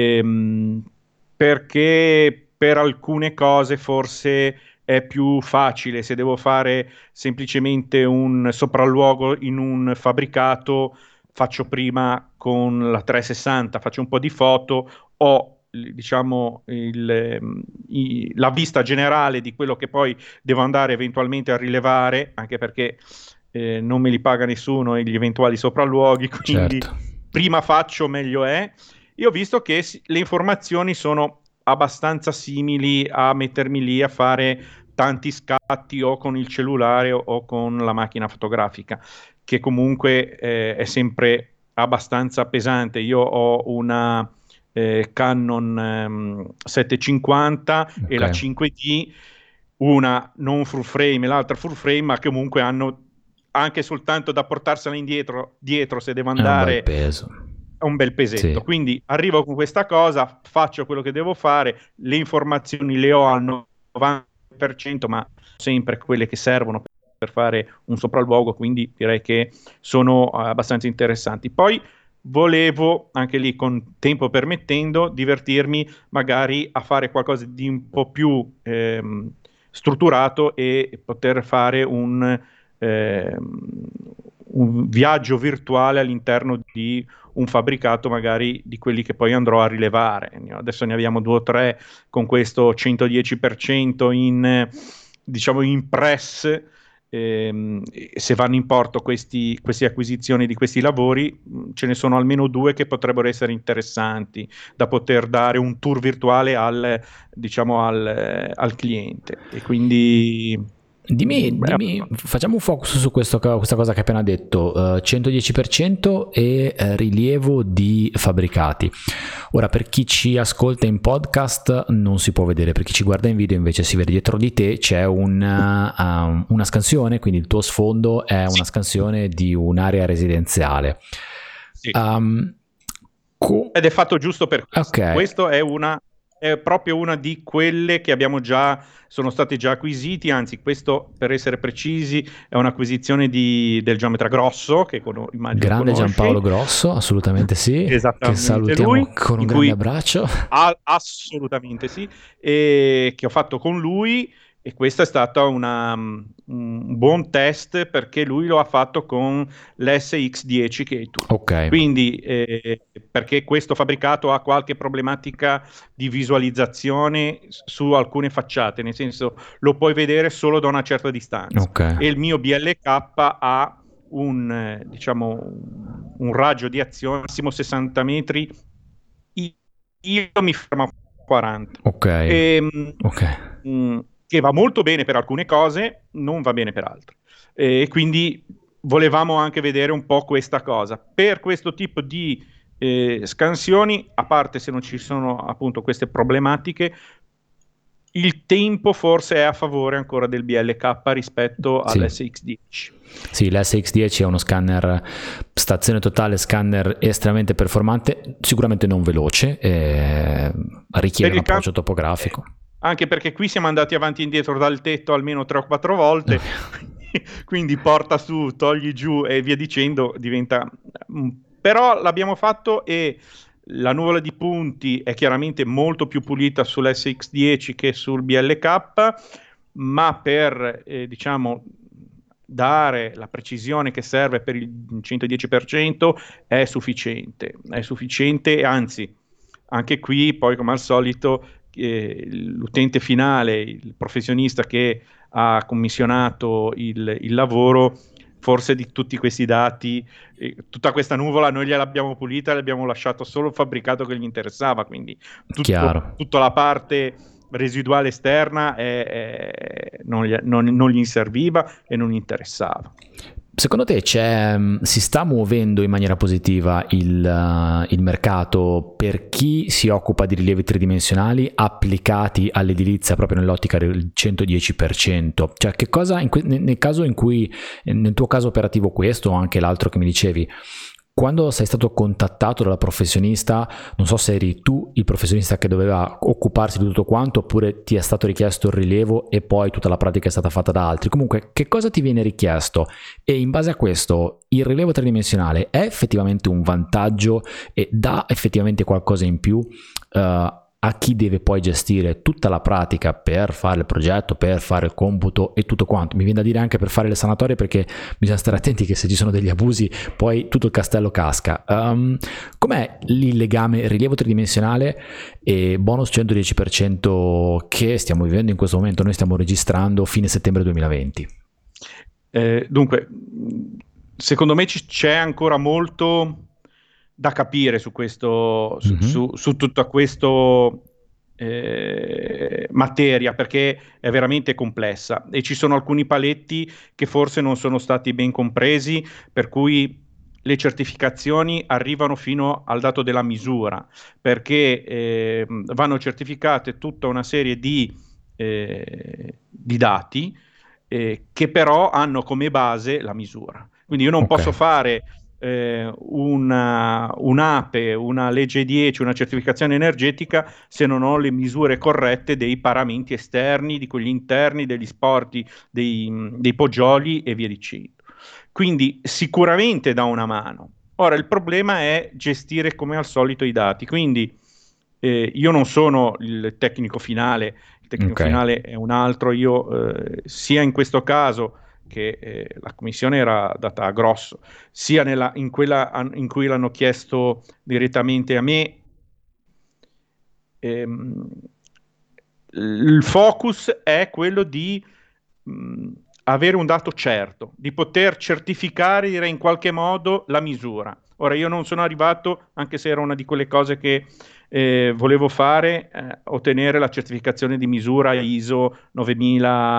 Perché per alcune cose forse è più facile. Se devo fare semplicemente un sopralluogo in un fabbricato, faccio prima con la 360, faccio un po' di foto, ho diciamo la vista generale di quello che poi devo andare eventualmente a rilevare, anche perché non me li paga nessuno gli eventuali sopralluoghi, quindi prima faccio meglio è. Io ho visto che le informazioni sono abbastanza simili a mettermi lì a fare tanti scatti o con il cellulare o con la macchina fotografica, che comunque è sempre abbastanza pesante. Io ho una Canon 750 e la 5D, una non full frame e l'altra full frame, ma comunque hanno anche soltanto da portarsela dietro se devo andare un bel pesetto. Quindi arrivo con questa cosa, faccio quello che devo fare, le informazioni le ho al 90%, ma sempre quelle che servono per fare un sopralluogo, quindi direi che sono abbastanza interessanti. Poi volevo, anche lì con tempo permettendo, divertirmi magari a fare qualcosa di un po' più strutturato e poter fare un viaggio virtuale all'interno di un fabbricato, magari di quelli che poi andrò a rilevare. Adesso ne abbiamo 2 o 3 con questo 110% in press. Se vanno in porto queste acquisizioni di questi lavori, ce ne sono almeno 2 che potrebbero essere interessanti da poter dare un tour virtuale al cliente, e quindi Dimmi, facciamo un focus su questa cosa che hai appena detto, 110% e rilievo di fabbricati. Ora, per chi ci ascolta in podcast non si può vedere, per chi ci guarda in video invece si vede dietro di te c'è una scansione, quindi il tuo sfondo è una scansione di un'area residenziale. Sì. Ed è fatto giusto per questo. Okay. Questo è proprio una di quelle che sono state già acquisiti, anzi questo, per essere precisi, è un'acquisizione del geometra Grosso, che immagino grande conosci. Giampaolo Grosso, assolutamente sì, Esattamente, che salutiamo lui, con un grande abbraccio. Assolutamente sì, e che ho fatto con lui, e questo è stato un buon test, perché lui lo ha fatto con l'SX10 che hai tu. Ok. Quindi, perché questo fabbricato ha qualche problematica di visualizzazione su alcune facciate, nel senso lo puoi vedere solo da una certa distanza. Okay. E il mio BLK ha un raggio di azione massimo 60 metri, io mi fermo a 40. Che va molto bene per alcune cose, non va bene per altre. E quindi volevamo anche vedere un po' questa cosa. Per questo tipo di scansioni, a parte se non ci sono appunto queste problematiche, il tempo forse è a favore ancora del BLK rispetto all'SX10. Sì, l'SX10 è uno scanner stazione totale, scanner estremamente performante, sicuramente non veloce, richiede un approccio topografico. Anche perché qui siamo andati avanti e indietro dal tetto almeno 3 o 4 volte, quindi porta su, togli giù e via dicendo, diventa... Però l'abbiamo fatto, e la nuvola di punti è chiaramente molto più pulita sull'SX10 che sul BLK, ma per, diciamo, dare la precisione che serve per il 110% è sufficiente, anzi, anche qui poi come al solito l'utente finale, il professionista che ha commissionato il lavoro, forse di tutti questi dati, tutta questa nuvola noi gliel'abbiamo pulita, le abbiamo lasciato solo il fabbricato che gli interessava, quindi tutta la parte residuale esterna non gli serviva e non gli interessava. Secondo te si sta muovendo in maniera positiva il mercato per chi si occupa di rilievi tridimensionali applicati all'edilizia proprio nell'ottica del 110%? Cioè, che cosa nel caso in cui, nel tuo caso operativo questo o anche l'altro che mi dicevi, quando sei stato contattato dalla professionista, non so se eri tu il professionista che doveva occuparsi di tutto quanto, oppure ti è stato richiesto il rilievo e poi tutta la pratica è stata fatta da altri. Comunque, che cosa ti viene richiesto? E in base a questo, il rilievo tridimensionale è effettivamente un vantaggio e dà effettivamente qualcosa in più a chi deve poi gestire tutta la pratica per fare il progetto, per fare il computo e tutto quanto. Mi viene da dire anche per fare le sanatorie, perché bisogna stare attenti che se ci sono degli abusi poi tutto il castello casca. Com'è il legame rilievo tridimensionale e bonus 110% che stiamo vivendo in questo momento? Noi stiamo registrando fine settembre 2020. Dunque, secondo me c'è ancora molto da capire su questo, su tutta questa materia, perché è veramente complessa e ci sono alcuni paletti che forse non sono stati ben compresi, per cui le certificazioni arrivano fino al dato della misura, perché vanno certificate tutta una serie di dati che però hanno come base la misura. Quindi io non posso fare un'APE, una legge 10, una certificazione energetica se non ho le misure corrette dei paramenti esterni, di quelli interni, degli sporti, dei poggioli e via dicendo. Quindi sicuramente dà una mano. Ora il problema è gestire come al solito i dati, quindi io non sono il tecnico finale, il tecnico finale è un altro, io sia in questo caso che la commissione era data a Grosso, sia in quella in cui l'hanno chiesto direttamente a me, il focus è quello di avere un dato certo, di poter certificare, direi in qualche modo, la misura. Ora io non sono arrivato, anche se era una di quelle cose che volevo fare, ottenere la certificazione di misura ISO 9000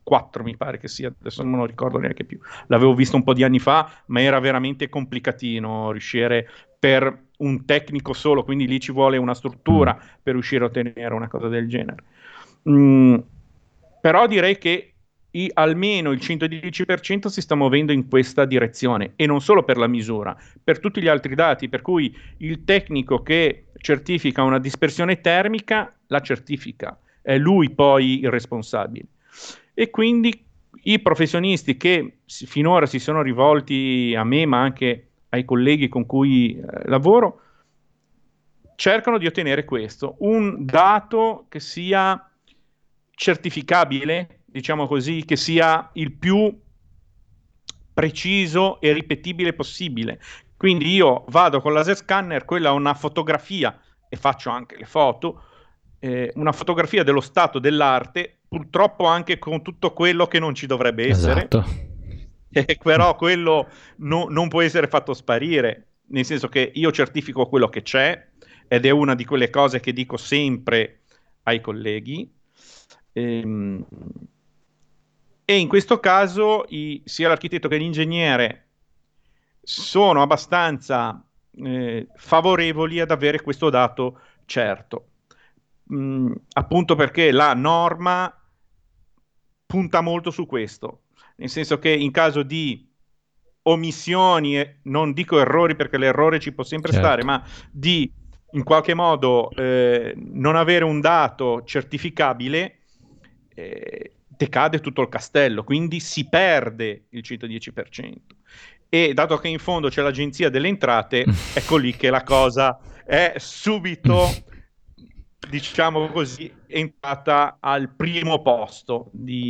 4 mi pare che sia, adesso non lo ricordo neanche più, l'avevo visto un po' di anni fa, ma era veramente complicatino riuscire per un tecnico solo, quindi lì ci vuole una struttura per riuscire a ottenere una cosa del genere. Mm, però direi che almeno il 110% si sta muovendo in questa direzione, e non solo per la misura, per tutti gli altri dati, per cui il tecnico che certifica una dispersione termica la certifica, è lui poi il responsabile. E quindi i professionisti che finora si sono rivolti a me, ma anche ai colleghi con cui lavoro, cercano di ottenere questo, un dato che sia certificabile, diciamo così, che sia il più preciso e ripetibile possibile. Quindi io vado con laser scanner, quella è una fotografia, e faccio anche le foto, una fotografia dello stato dell'arte, purtroppo anche con tutto quello che non ci dovrebbe essere, Esatto. però quello non può essere fatto sparire, nel senso che io certifico quello che c'è, ed è una di quelle cose che dico sempre ai colleghi. Ehm, E in questo caso sia l'architetto che l'ingegnere sono abbastanza favorevoli ad avere questo dato certo. Appunto perché la norma punta molto su questo, nel senso che in caso di omissioni, non dico errori perché l'errore ci può sempre stare, Certo. ma di in qualche modo non avere un dato certificabile, decade tutto il castello, quindi si perde il 110%. E dato che in fondo c'è l'agenzia delle entrate, ecco lì che la cosa è subito, diciamo così, entrata al primo posto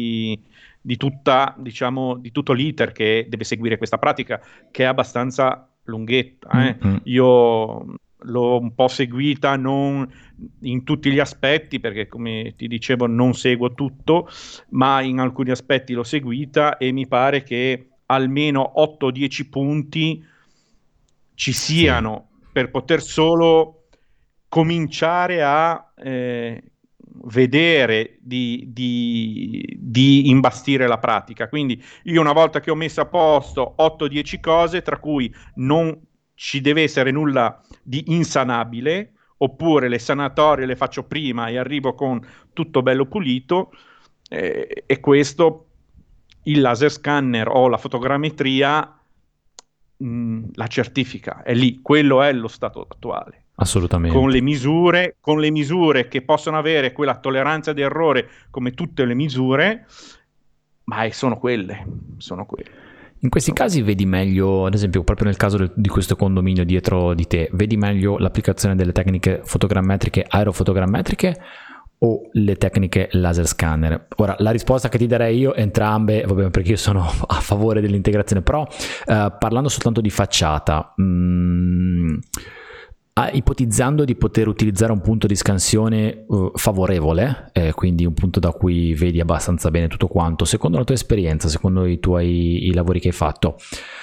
di tutto l'iter che deve seguire questa pratica, che è abbastanza lunghetta. Io l'ho un po' seguita, non in tutti gli aspetti, perché come ti dicevo non seguo tutto, ma in alcuni aspetti l'ho seguita e mi pare che almeno 8-10 punti ci Sì. siano per poter solo cominciare a vedere di imbastire la pratica. Quindi io una volta che ho messo a posto 8-10 cose, tra cui non ci deve essere nulla di insanabile, oppure le sanatorie le faccio prima e arrivo con tutto bello pulito, e questo il laser scanner o la fotogrammetria la certifica, è lì, quello è lo stato attuale. Assolutamente. Con le misure che possono avere quella tolleranza di errore come tutte le misure, ma sono quelle, sono quelle. In questi casi vedi meglio, ad esempio proprio nel caso di questo condominio dietro di te, vedi meglio l'applicazione delle tecniche fotogrammetriche, aerofotogrammetriche o le tecniche laser scanner? Ora, la risposta che ti darei io, entrambe, vabbè, perché io sono a favore dell'integrazione, però parlando soltanto di facciata, ipotizzando di poter utilizzare un punto di scansione favorevole, quindi un punto da cui vedi abbastanza bene tutto quanto, secondo la tua esperienza, secondo i lavori che hai fatto,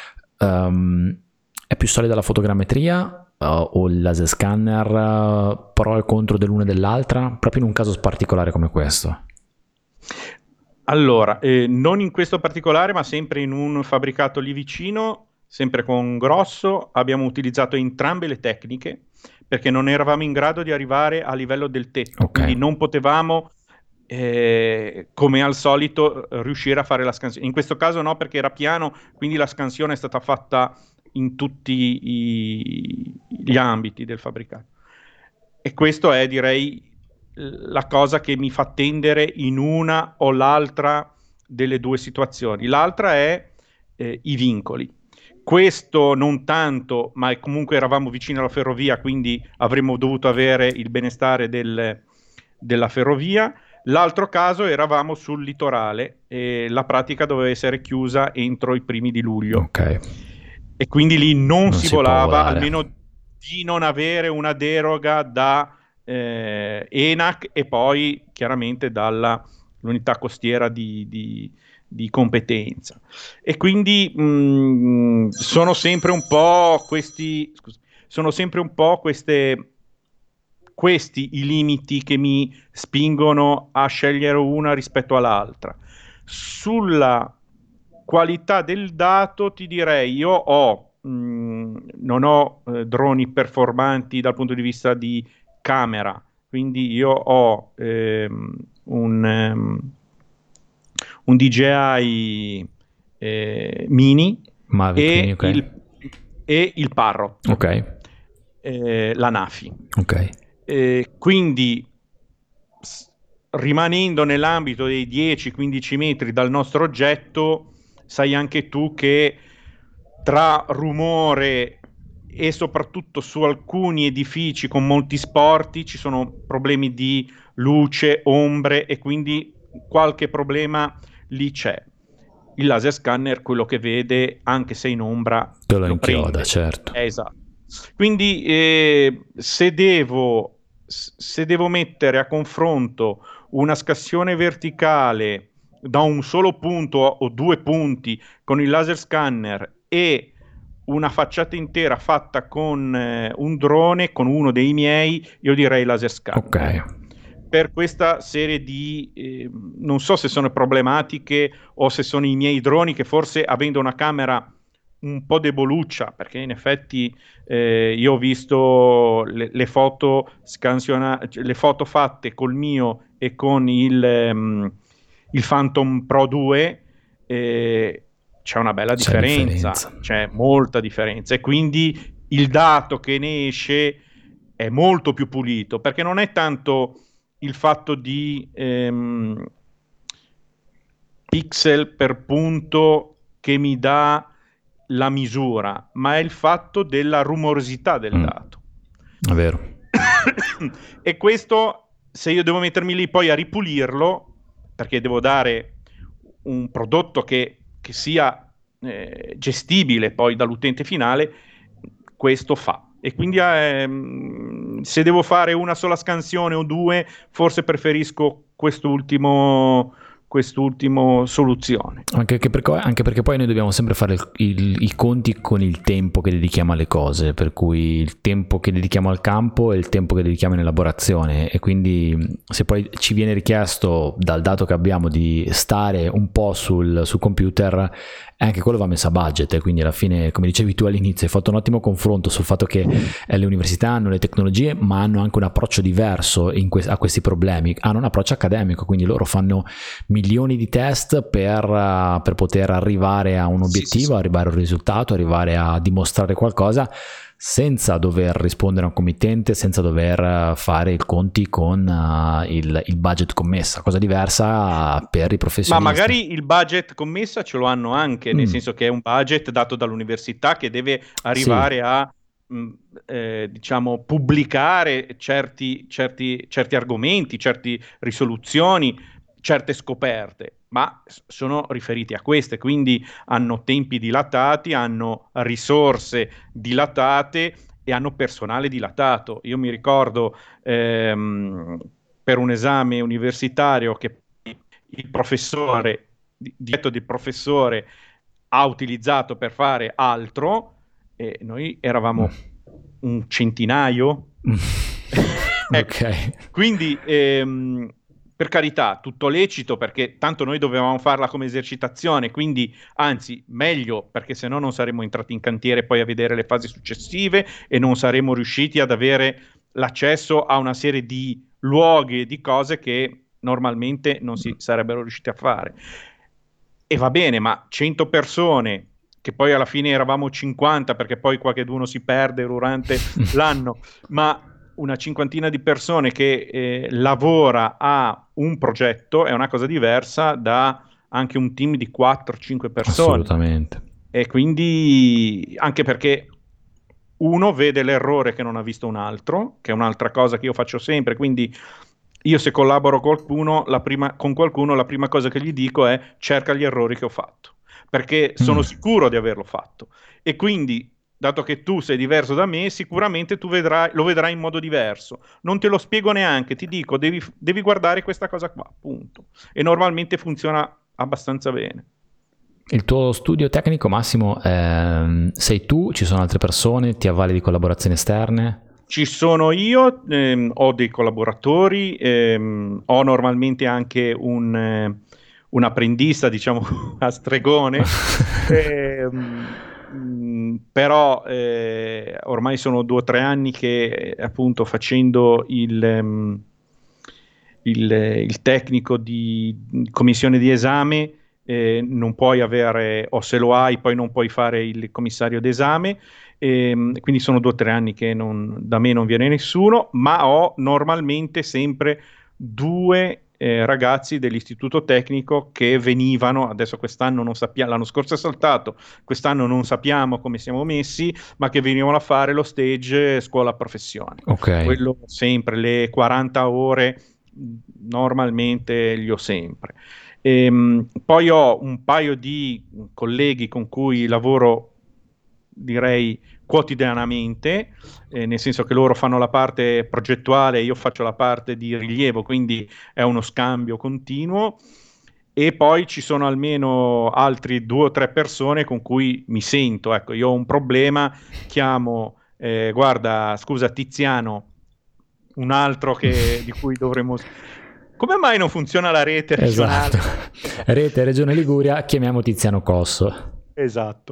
è più solida la fotogrammetria o il laser scanner, pro e contro dell'una e dell'altra, proprio in un caso particolare come questo? Allora, non in questo particolare, ma sempre in un fabbricato lì vicino, sempre con Grosso, abbiamo utilizzato entrambe le tecniche perché non eravamo in grado di arrivare a livello del tetto, Ok. quindi non potevamo, come al solito, riuscire a fare la scansione. In questo caso no, perché era piano, quindi la scansione è stata fatta in tutti gli ambiti del fabbricato. E questo è, direi, la cosa che mi fa tendere in una o l'altra delle due situazioni. L'altra è i vincoli. Questo non tanto, ma comunque eravamo vicino alla ferrovia, quindi avremmo dovuto avere il benestare della ferrovia. L'altro caso eravamo sul litorale e la pratica doveva essere chiusa entro i primi di luglio. Ok. E quindi lì non Non si si può volava, volare. almeno di non avere una deroga da ENAC e poi chiaramente dall'unità costiera di competenza. E quindi sono sempre un po' sono sempre un po' questi i limiti che mi spingono a scegliere una rispetto all'altra. Sulla qualità del dato ti direi, io non ho droni performanti dal punto di vista di camera, quindi io ho un DJI Mini Mavic Mini, e ok. il Parrot, Ok, la Nafi. ok. Quindi rimanendo nell'ambito dei 10-15 metri dal nostro oggetto, sai anche tu che tra rumore e soprattutto su alcuni edifici con molti sporti ci sono problemi di luce, ombre e quindi qualche problema lì c'è. Il laser scanner quello che vede, anche se in ombra, Te lo lo inchioda, prende. certo. Esatto. Quindi se devo mettere a confronto una scassione verticale da un solo punto o due punti con il laser scanner e una facciata intera fatta con un drone, con uno dei miei, io direi laser scanner. Ok. Per questa serie di, non so se sono problematiche o se sono i miei droni che forse avendo una camera un po' deboluccia, perché in effetti io ho visto le foto le foto fatte col mio e con il Phantom Pro 2, c'è una bella C'è differenza, differenza. c'è molta differenza e quindi il dato che ne esce è molto più pulito, perché non è tanto il fatto di pixel per punto che mi dà la misura, ma è il fatto della rumorosità del dato. È vero. E questo, se io devo mettermi lì poi a ripulirlo, perché devo dare un prodotto che sia gestibile poi dall'utente finale, questo fa. E quindi se devo fare una sola scansione o due, forse preferisco quest'ultimo soluzione. Anche perché poi noi dobbiamo sempre fare i conti con il tempo che dedichiamo alle cose, per cui il tempo che dedichiamo al campo e il tempo che dedichiamo in elaborazione, e quindi se poi ci viene richiesto dal dato che abbiamo di stare un po' sul computer, anche quello va messo a budget, e quindi alla fine, come dicevi tu all'inizio, hai fatto un ottimo confronto sul fatto che le università hanno le tecnologie ma hanno anche un approccio diverso a questi problemi, hanno un approccio accademico, quindi loro fanno milioni di test per poter arrivare a un obiettivo, arrivare a un risultato, arrivare a dimostrare qualcosa senza dover rispondere a un committente, senza dover fare i conti con il budget commessa, cosa diversa per i professionisti. Ma magari il budget commessa ce lo hanno anche, nel senso che è un budget dato dall'università che deve arrivare sì. a diciamo, pubblicare certi argomenti, certe risoluzioni, certe scoperte, ma sono riferiti a queste, quindi hanno tempi dilatati, hanno risorse dilatate e hanno personale dilatato. Io mi ricordo per un esame universitario che il professore, diretto del professore, ha utilizzato per fare altro, e noi eravamo un centinaio. Ecco. Ok. Quindi per carità, tutto lecito, perché tanto noi dovevamo farla come esercitazione, quindi anzi meglio, perché se no non saremmo entrati in cantiere poi a vedere le fasi successive e non saremmo riusciti ad avere l'accesso a una serie di luoghi e di cose che normalmente non si sarebbero riusciti a fare. E va bene, ma 100 persone, che poi alla fine eravamo 50, perché poi qualcheduno si perde durante l'anno, ma una cinquantina di persone che lavora a un progetto è una cosa diversa da anche un team di 4-5 persone. Assolutamente. E quindi anche perché uno vede l'errore che non ha visto un altro, che è un'altra cosa che io faccio sempre, quindi io se collaboro con qualcuno, la prima cosa che gli dico è cerca gli errori che ho fatto, perché sono sicuro di averlo fatto. E quindi, dato che tu sei diverso da me, sicuramente lo vedrai in modo diverso. Non te lo spiego neanche, ti dico, devi guardare questa cosa qua, punto. E normalmente funziona abbastanza bene. Il tuo studio tecnico, Massimo, sei tu? Ci sono altre persone? Ti avvali di collaborazioni esterne? Ci sono io, ho dei collaboratori, ho normalmente anche un apprendista, diciamo, a stregone, però ormai sono 2 o 3 anni che appunto facendo il tecnico di commissione di esame, non puoi avere, o se lo hai, poi non puoi fare il commissario d'esame. Quindi sono 2 o 3 anni che da me non viene nessuno, ma ho normalmente sempre due ragazzi dell'istituto tecnico che venivano, adesso quest'anno non sappiamo, l'anno scorso è saltato, quest'anno non sappiamo come siamo messi, ma che venivano a fare lo stage scuola professione. Ok. Quello sempre, le 40 ore normalmente li ho sempre. Poi ho un paio di colleghi con cui lavoro, direi, quotidianamente, nel senso che loro fanno la parte progettuale, io faccio la parte di rilievo, quindi è uno scambio continuo. E poi ci sono almeno altri 2 o 3 persone con cui mi sento, ecco, io ho un problema, chiamo, guarda, scusa Tiziano, un altro di cui dovremmo... Come mai non funziona la rete Esatto. regionale? Rete Regione Liguria, chiamiamo Tiziano Cosso. Esatto.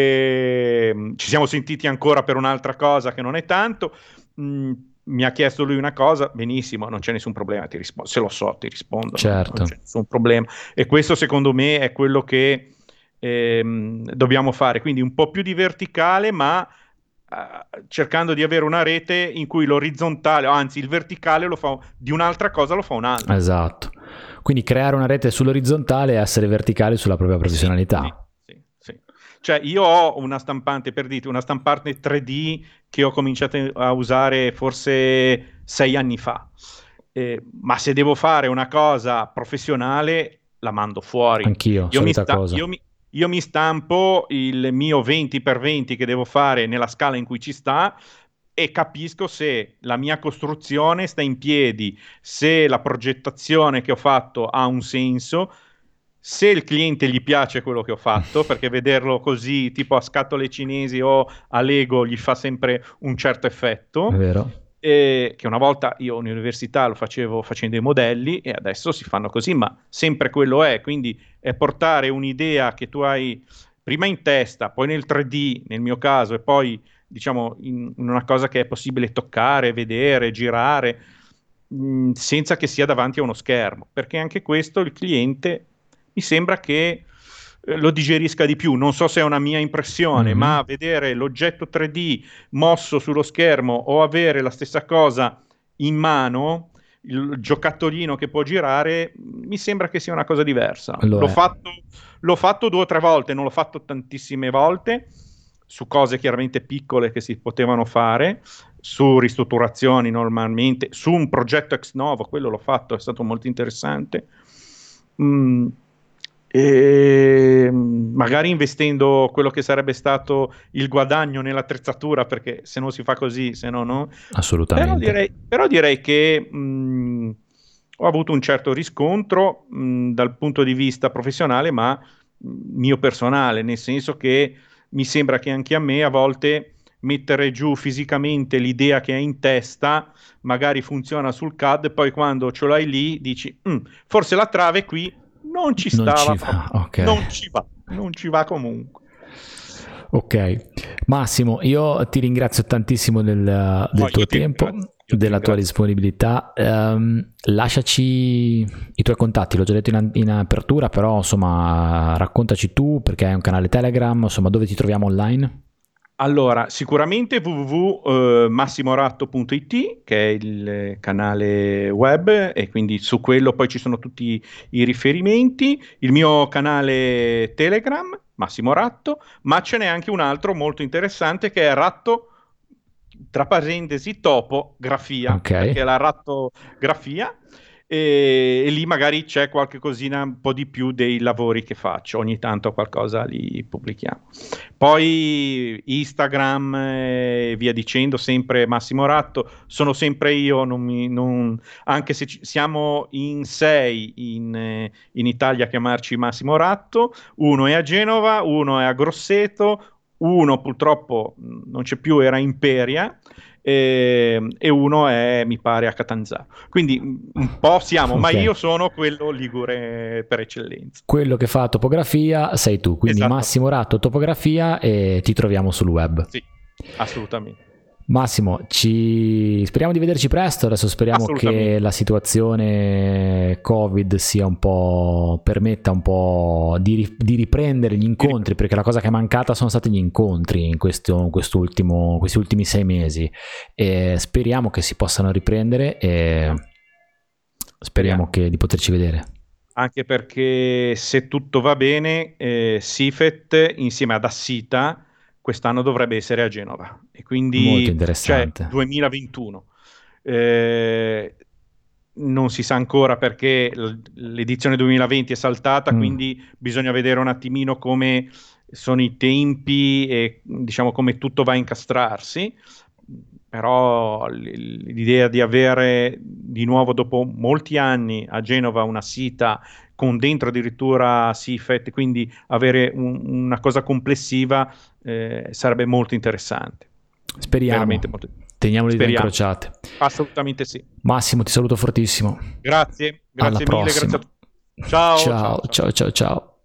Ci siamo sentiti ancora per un'altra cosa che non è tanto. Mi ha chiesto lui una cosa, benissimo, non c'è nessun problema, ti rispondo. Se lo so, ti rispondo, non Certo. c'è nessun problema. E questo secondo me è quello che dobbiamo fare, quindi un po' più di verticale, ma cercando di avere una rete in cui l'orizzontale, o anzi il verticale lo fa di un'altra cosa, lo fa un altro. Esatto. Quindi creare una rete sull'orizzontale e essere verticali sulla propria professionalità. Sì, sì. Cioè io ho una stampante, per dirti, una stampante 3D che ho cominciato a usare forse 6 anni fa. Ma se devo fare una cosa professionale, la mando fuori. Anch'io, Io mi, solita sta- cosa. io mi stampo il mio 20x20 che devo fare nella scala in cui ci sta e capisco se la mia costruzione sta in piedi, se la progettazione che ho fatto ha un senso, se il cliente gli piace quello che ho fatto, perché vederlo così, tipo a scatole cinesi o a Lego, gli fa sempre un certo È effetto. vero? Che una volta io all'università lo facevo facendo i modelli e adesso si fanno così, ma sempre quello è. Quindi è portare un'idea che tu hai prima in testa, poi nel 3D, nel mio caso, e poi diciamo in una cosa che è possibile toccare, vedere, girare, senza che sia davanti a uno schermo, perché anche questo il cliente mi sembra che lo digerisca di più. Non so se è una mia impressione, Mhm. ma vedere l'oggetto 3D mosso sullo schermo o avere la stessa cosa in mano, il giocattolino che può girare, mi sembra che sia una cosa diversa. Lo è. L'ho fatto 2 o 3 volte, non l'ho fatto tantissime volte, su cose chiaramente piccole che si potevano fare, su ristrutturazioni normalmente, su un progetto ex novo, quello l'ho fatto, è stato molto interessante. Mm, e magari investendo quello che sarebbe stato il guadagno nell'attrezzatura, perché se non si fa così, se no no. Assolutamente. Però direi che ho avuto un certo riscontro dal punto di vista professionale, ma mio personale, nel senso che mi sembra che anche a me a volte mettere giù fisicamente l'idea che hai in testa magari funziona sul CAD, poi quando ce l'hai lì dici, forse la trave qui non ci Non stava ci va, proprio, ok. non ci va comunque. Ok, Massimo, io ti ringrazio tantissimo No, del tuo tempo, io ti della tua ringrazio. disponibilità. Lasciaci i tuoi contatti, l'ho già detto in apertura, però insomma raccontaci tu perché hai un canale Telegram, insomma dove ti troviamo online? Allora, sicuramente www.massimoratto.it, che è il canale web, e quindi su quello poi ci sono tutti i riferimenti. Il mio canale Telegram, Massimo Ratto, ma ce n'è anche un altro molto interessante che è Ratto, tra parentesi, topografia, Ok, perché è la rattografia. E lì magari c'è qualche cosina un po' di più dei lavori che faccio, ogni tanto qualcosa li pubblichiamo. Poi Instagram e via dicendo, sempre Massimo Ratto, sono sempre io, anche se siamo in 6 in Italia a chiamarci Massimo Ratto, uno è a Genova, uno è a Grosseto, uno purtroppo non c'è più, era Imperia, e uno è, mi pare, a Catanzaro. Quindi un po' siamo, ma Ok. io sono quello ligure per eccellenza. Quello che fa topografia sei tu, quindi Esattamente, Massimo Ratto topografia e ti troviamo sul web. sì, assolutamente. Massimo, speriamo di vederci presto. Adesso speriamo che Assolutamente. la situazione Covid sia un po', permetta un po' di riprendere gli incontri, perché la cosa che è mancata sono stati gli incontri in questi ultimi 6 mesi. E speriamo che si possano riprendere e speriamo Speriamo. di poterci vedere. Anche perché se tutto va bene, Sifet insieme ad Assita quest'anno dovrebbe essere a Genova e Molto quindi, cioè, interessante. 2021. Eh, non si sa ancora perché l'edizione 2020 è saltata, Mm. quindi bisogna vedere un attimino come sono i tempi e diciamo come tutto va a incastrarsi. Però l'idea di avere di nuovo dopo molti anni a Genova una sita con dentro addirittura Sifet, quindi avere una cosa complessiva sarebbe molto interessante. Speriamo, Veramente molto. teniamo le dita Speriamo. incrociate. Assolutamente sì. Massimo, ti saluto fortissimo. Grazie, Alla grazie mille, grazie prossima. a tutti. Ciao, Ciao, ciao, ciao. ciao, ciao, ciao.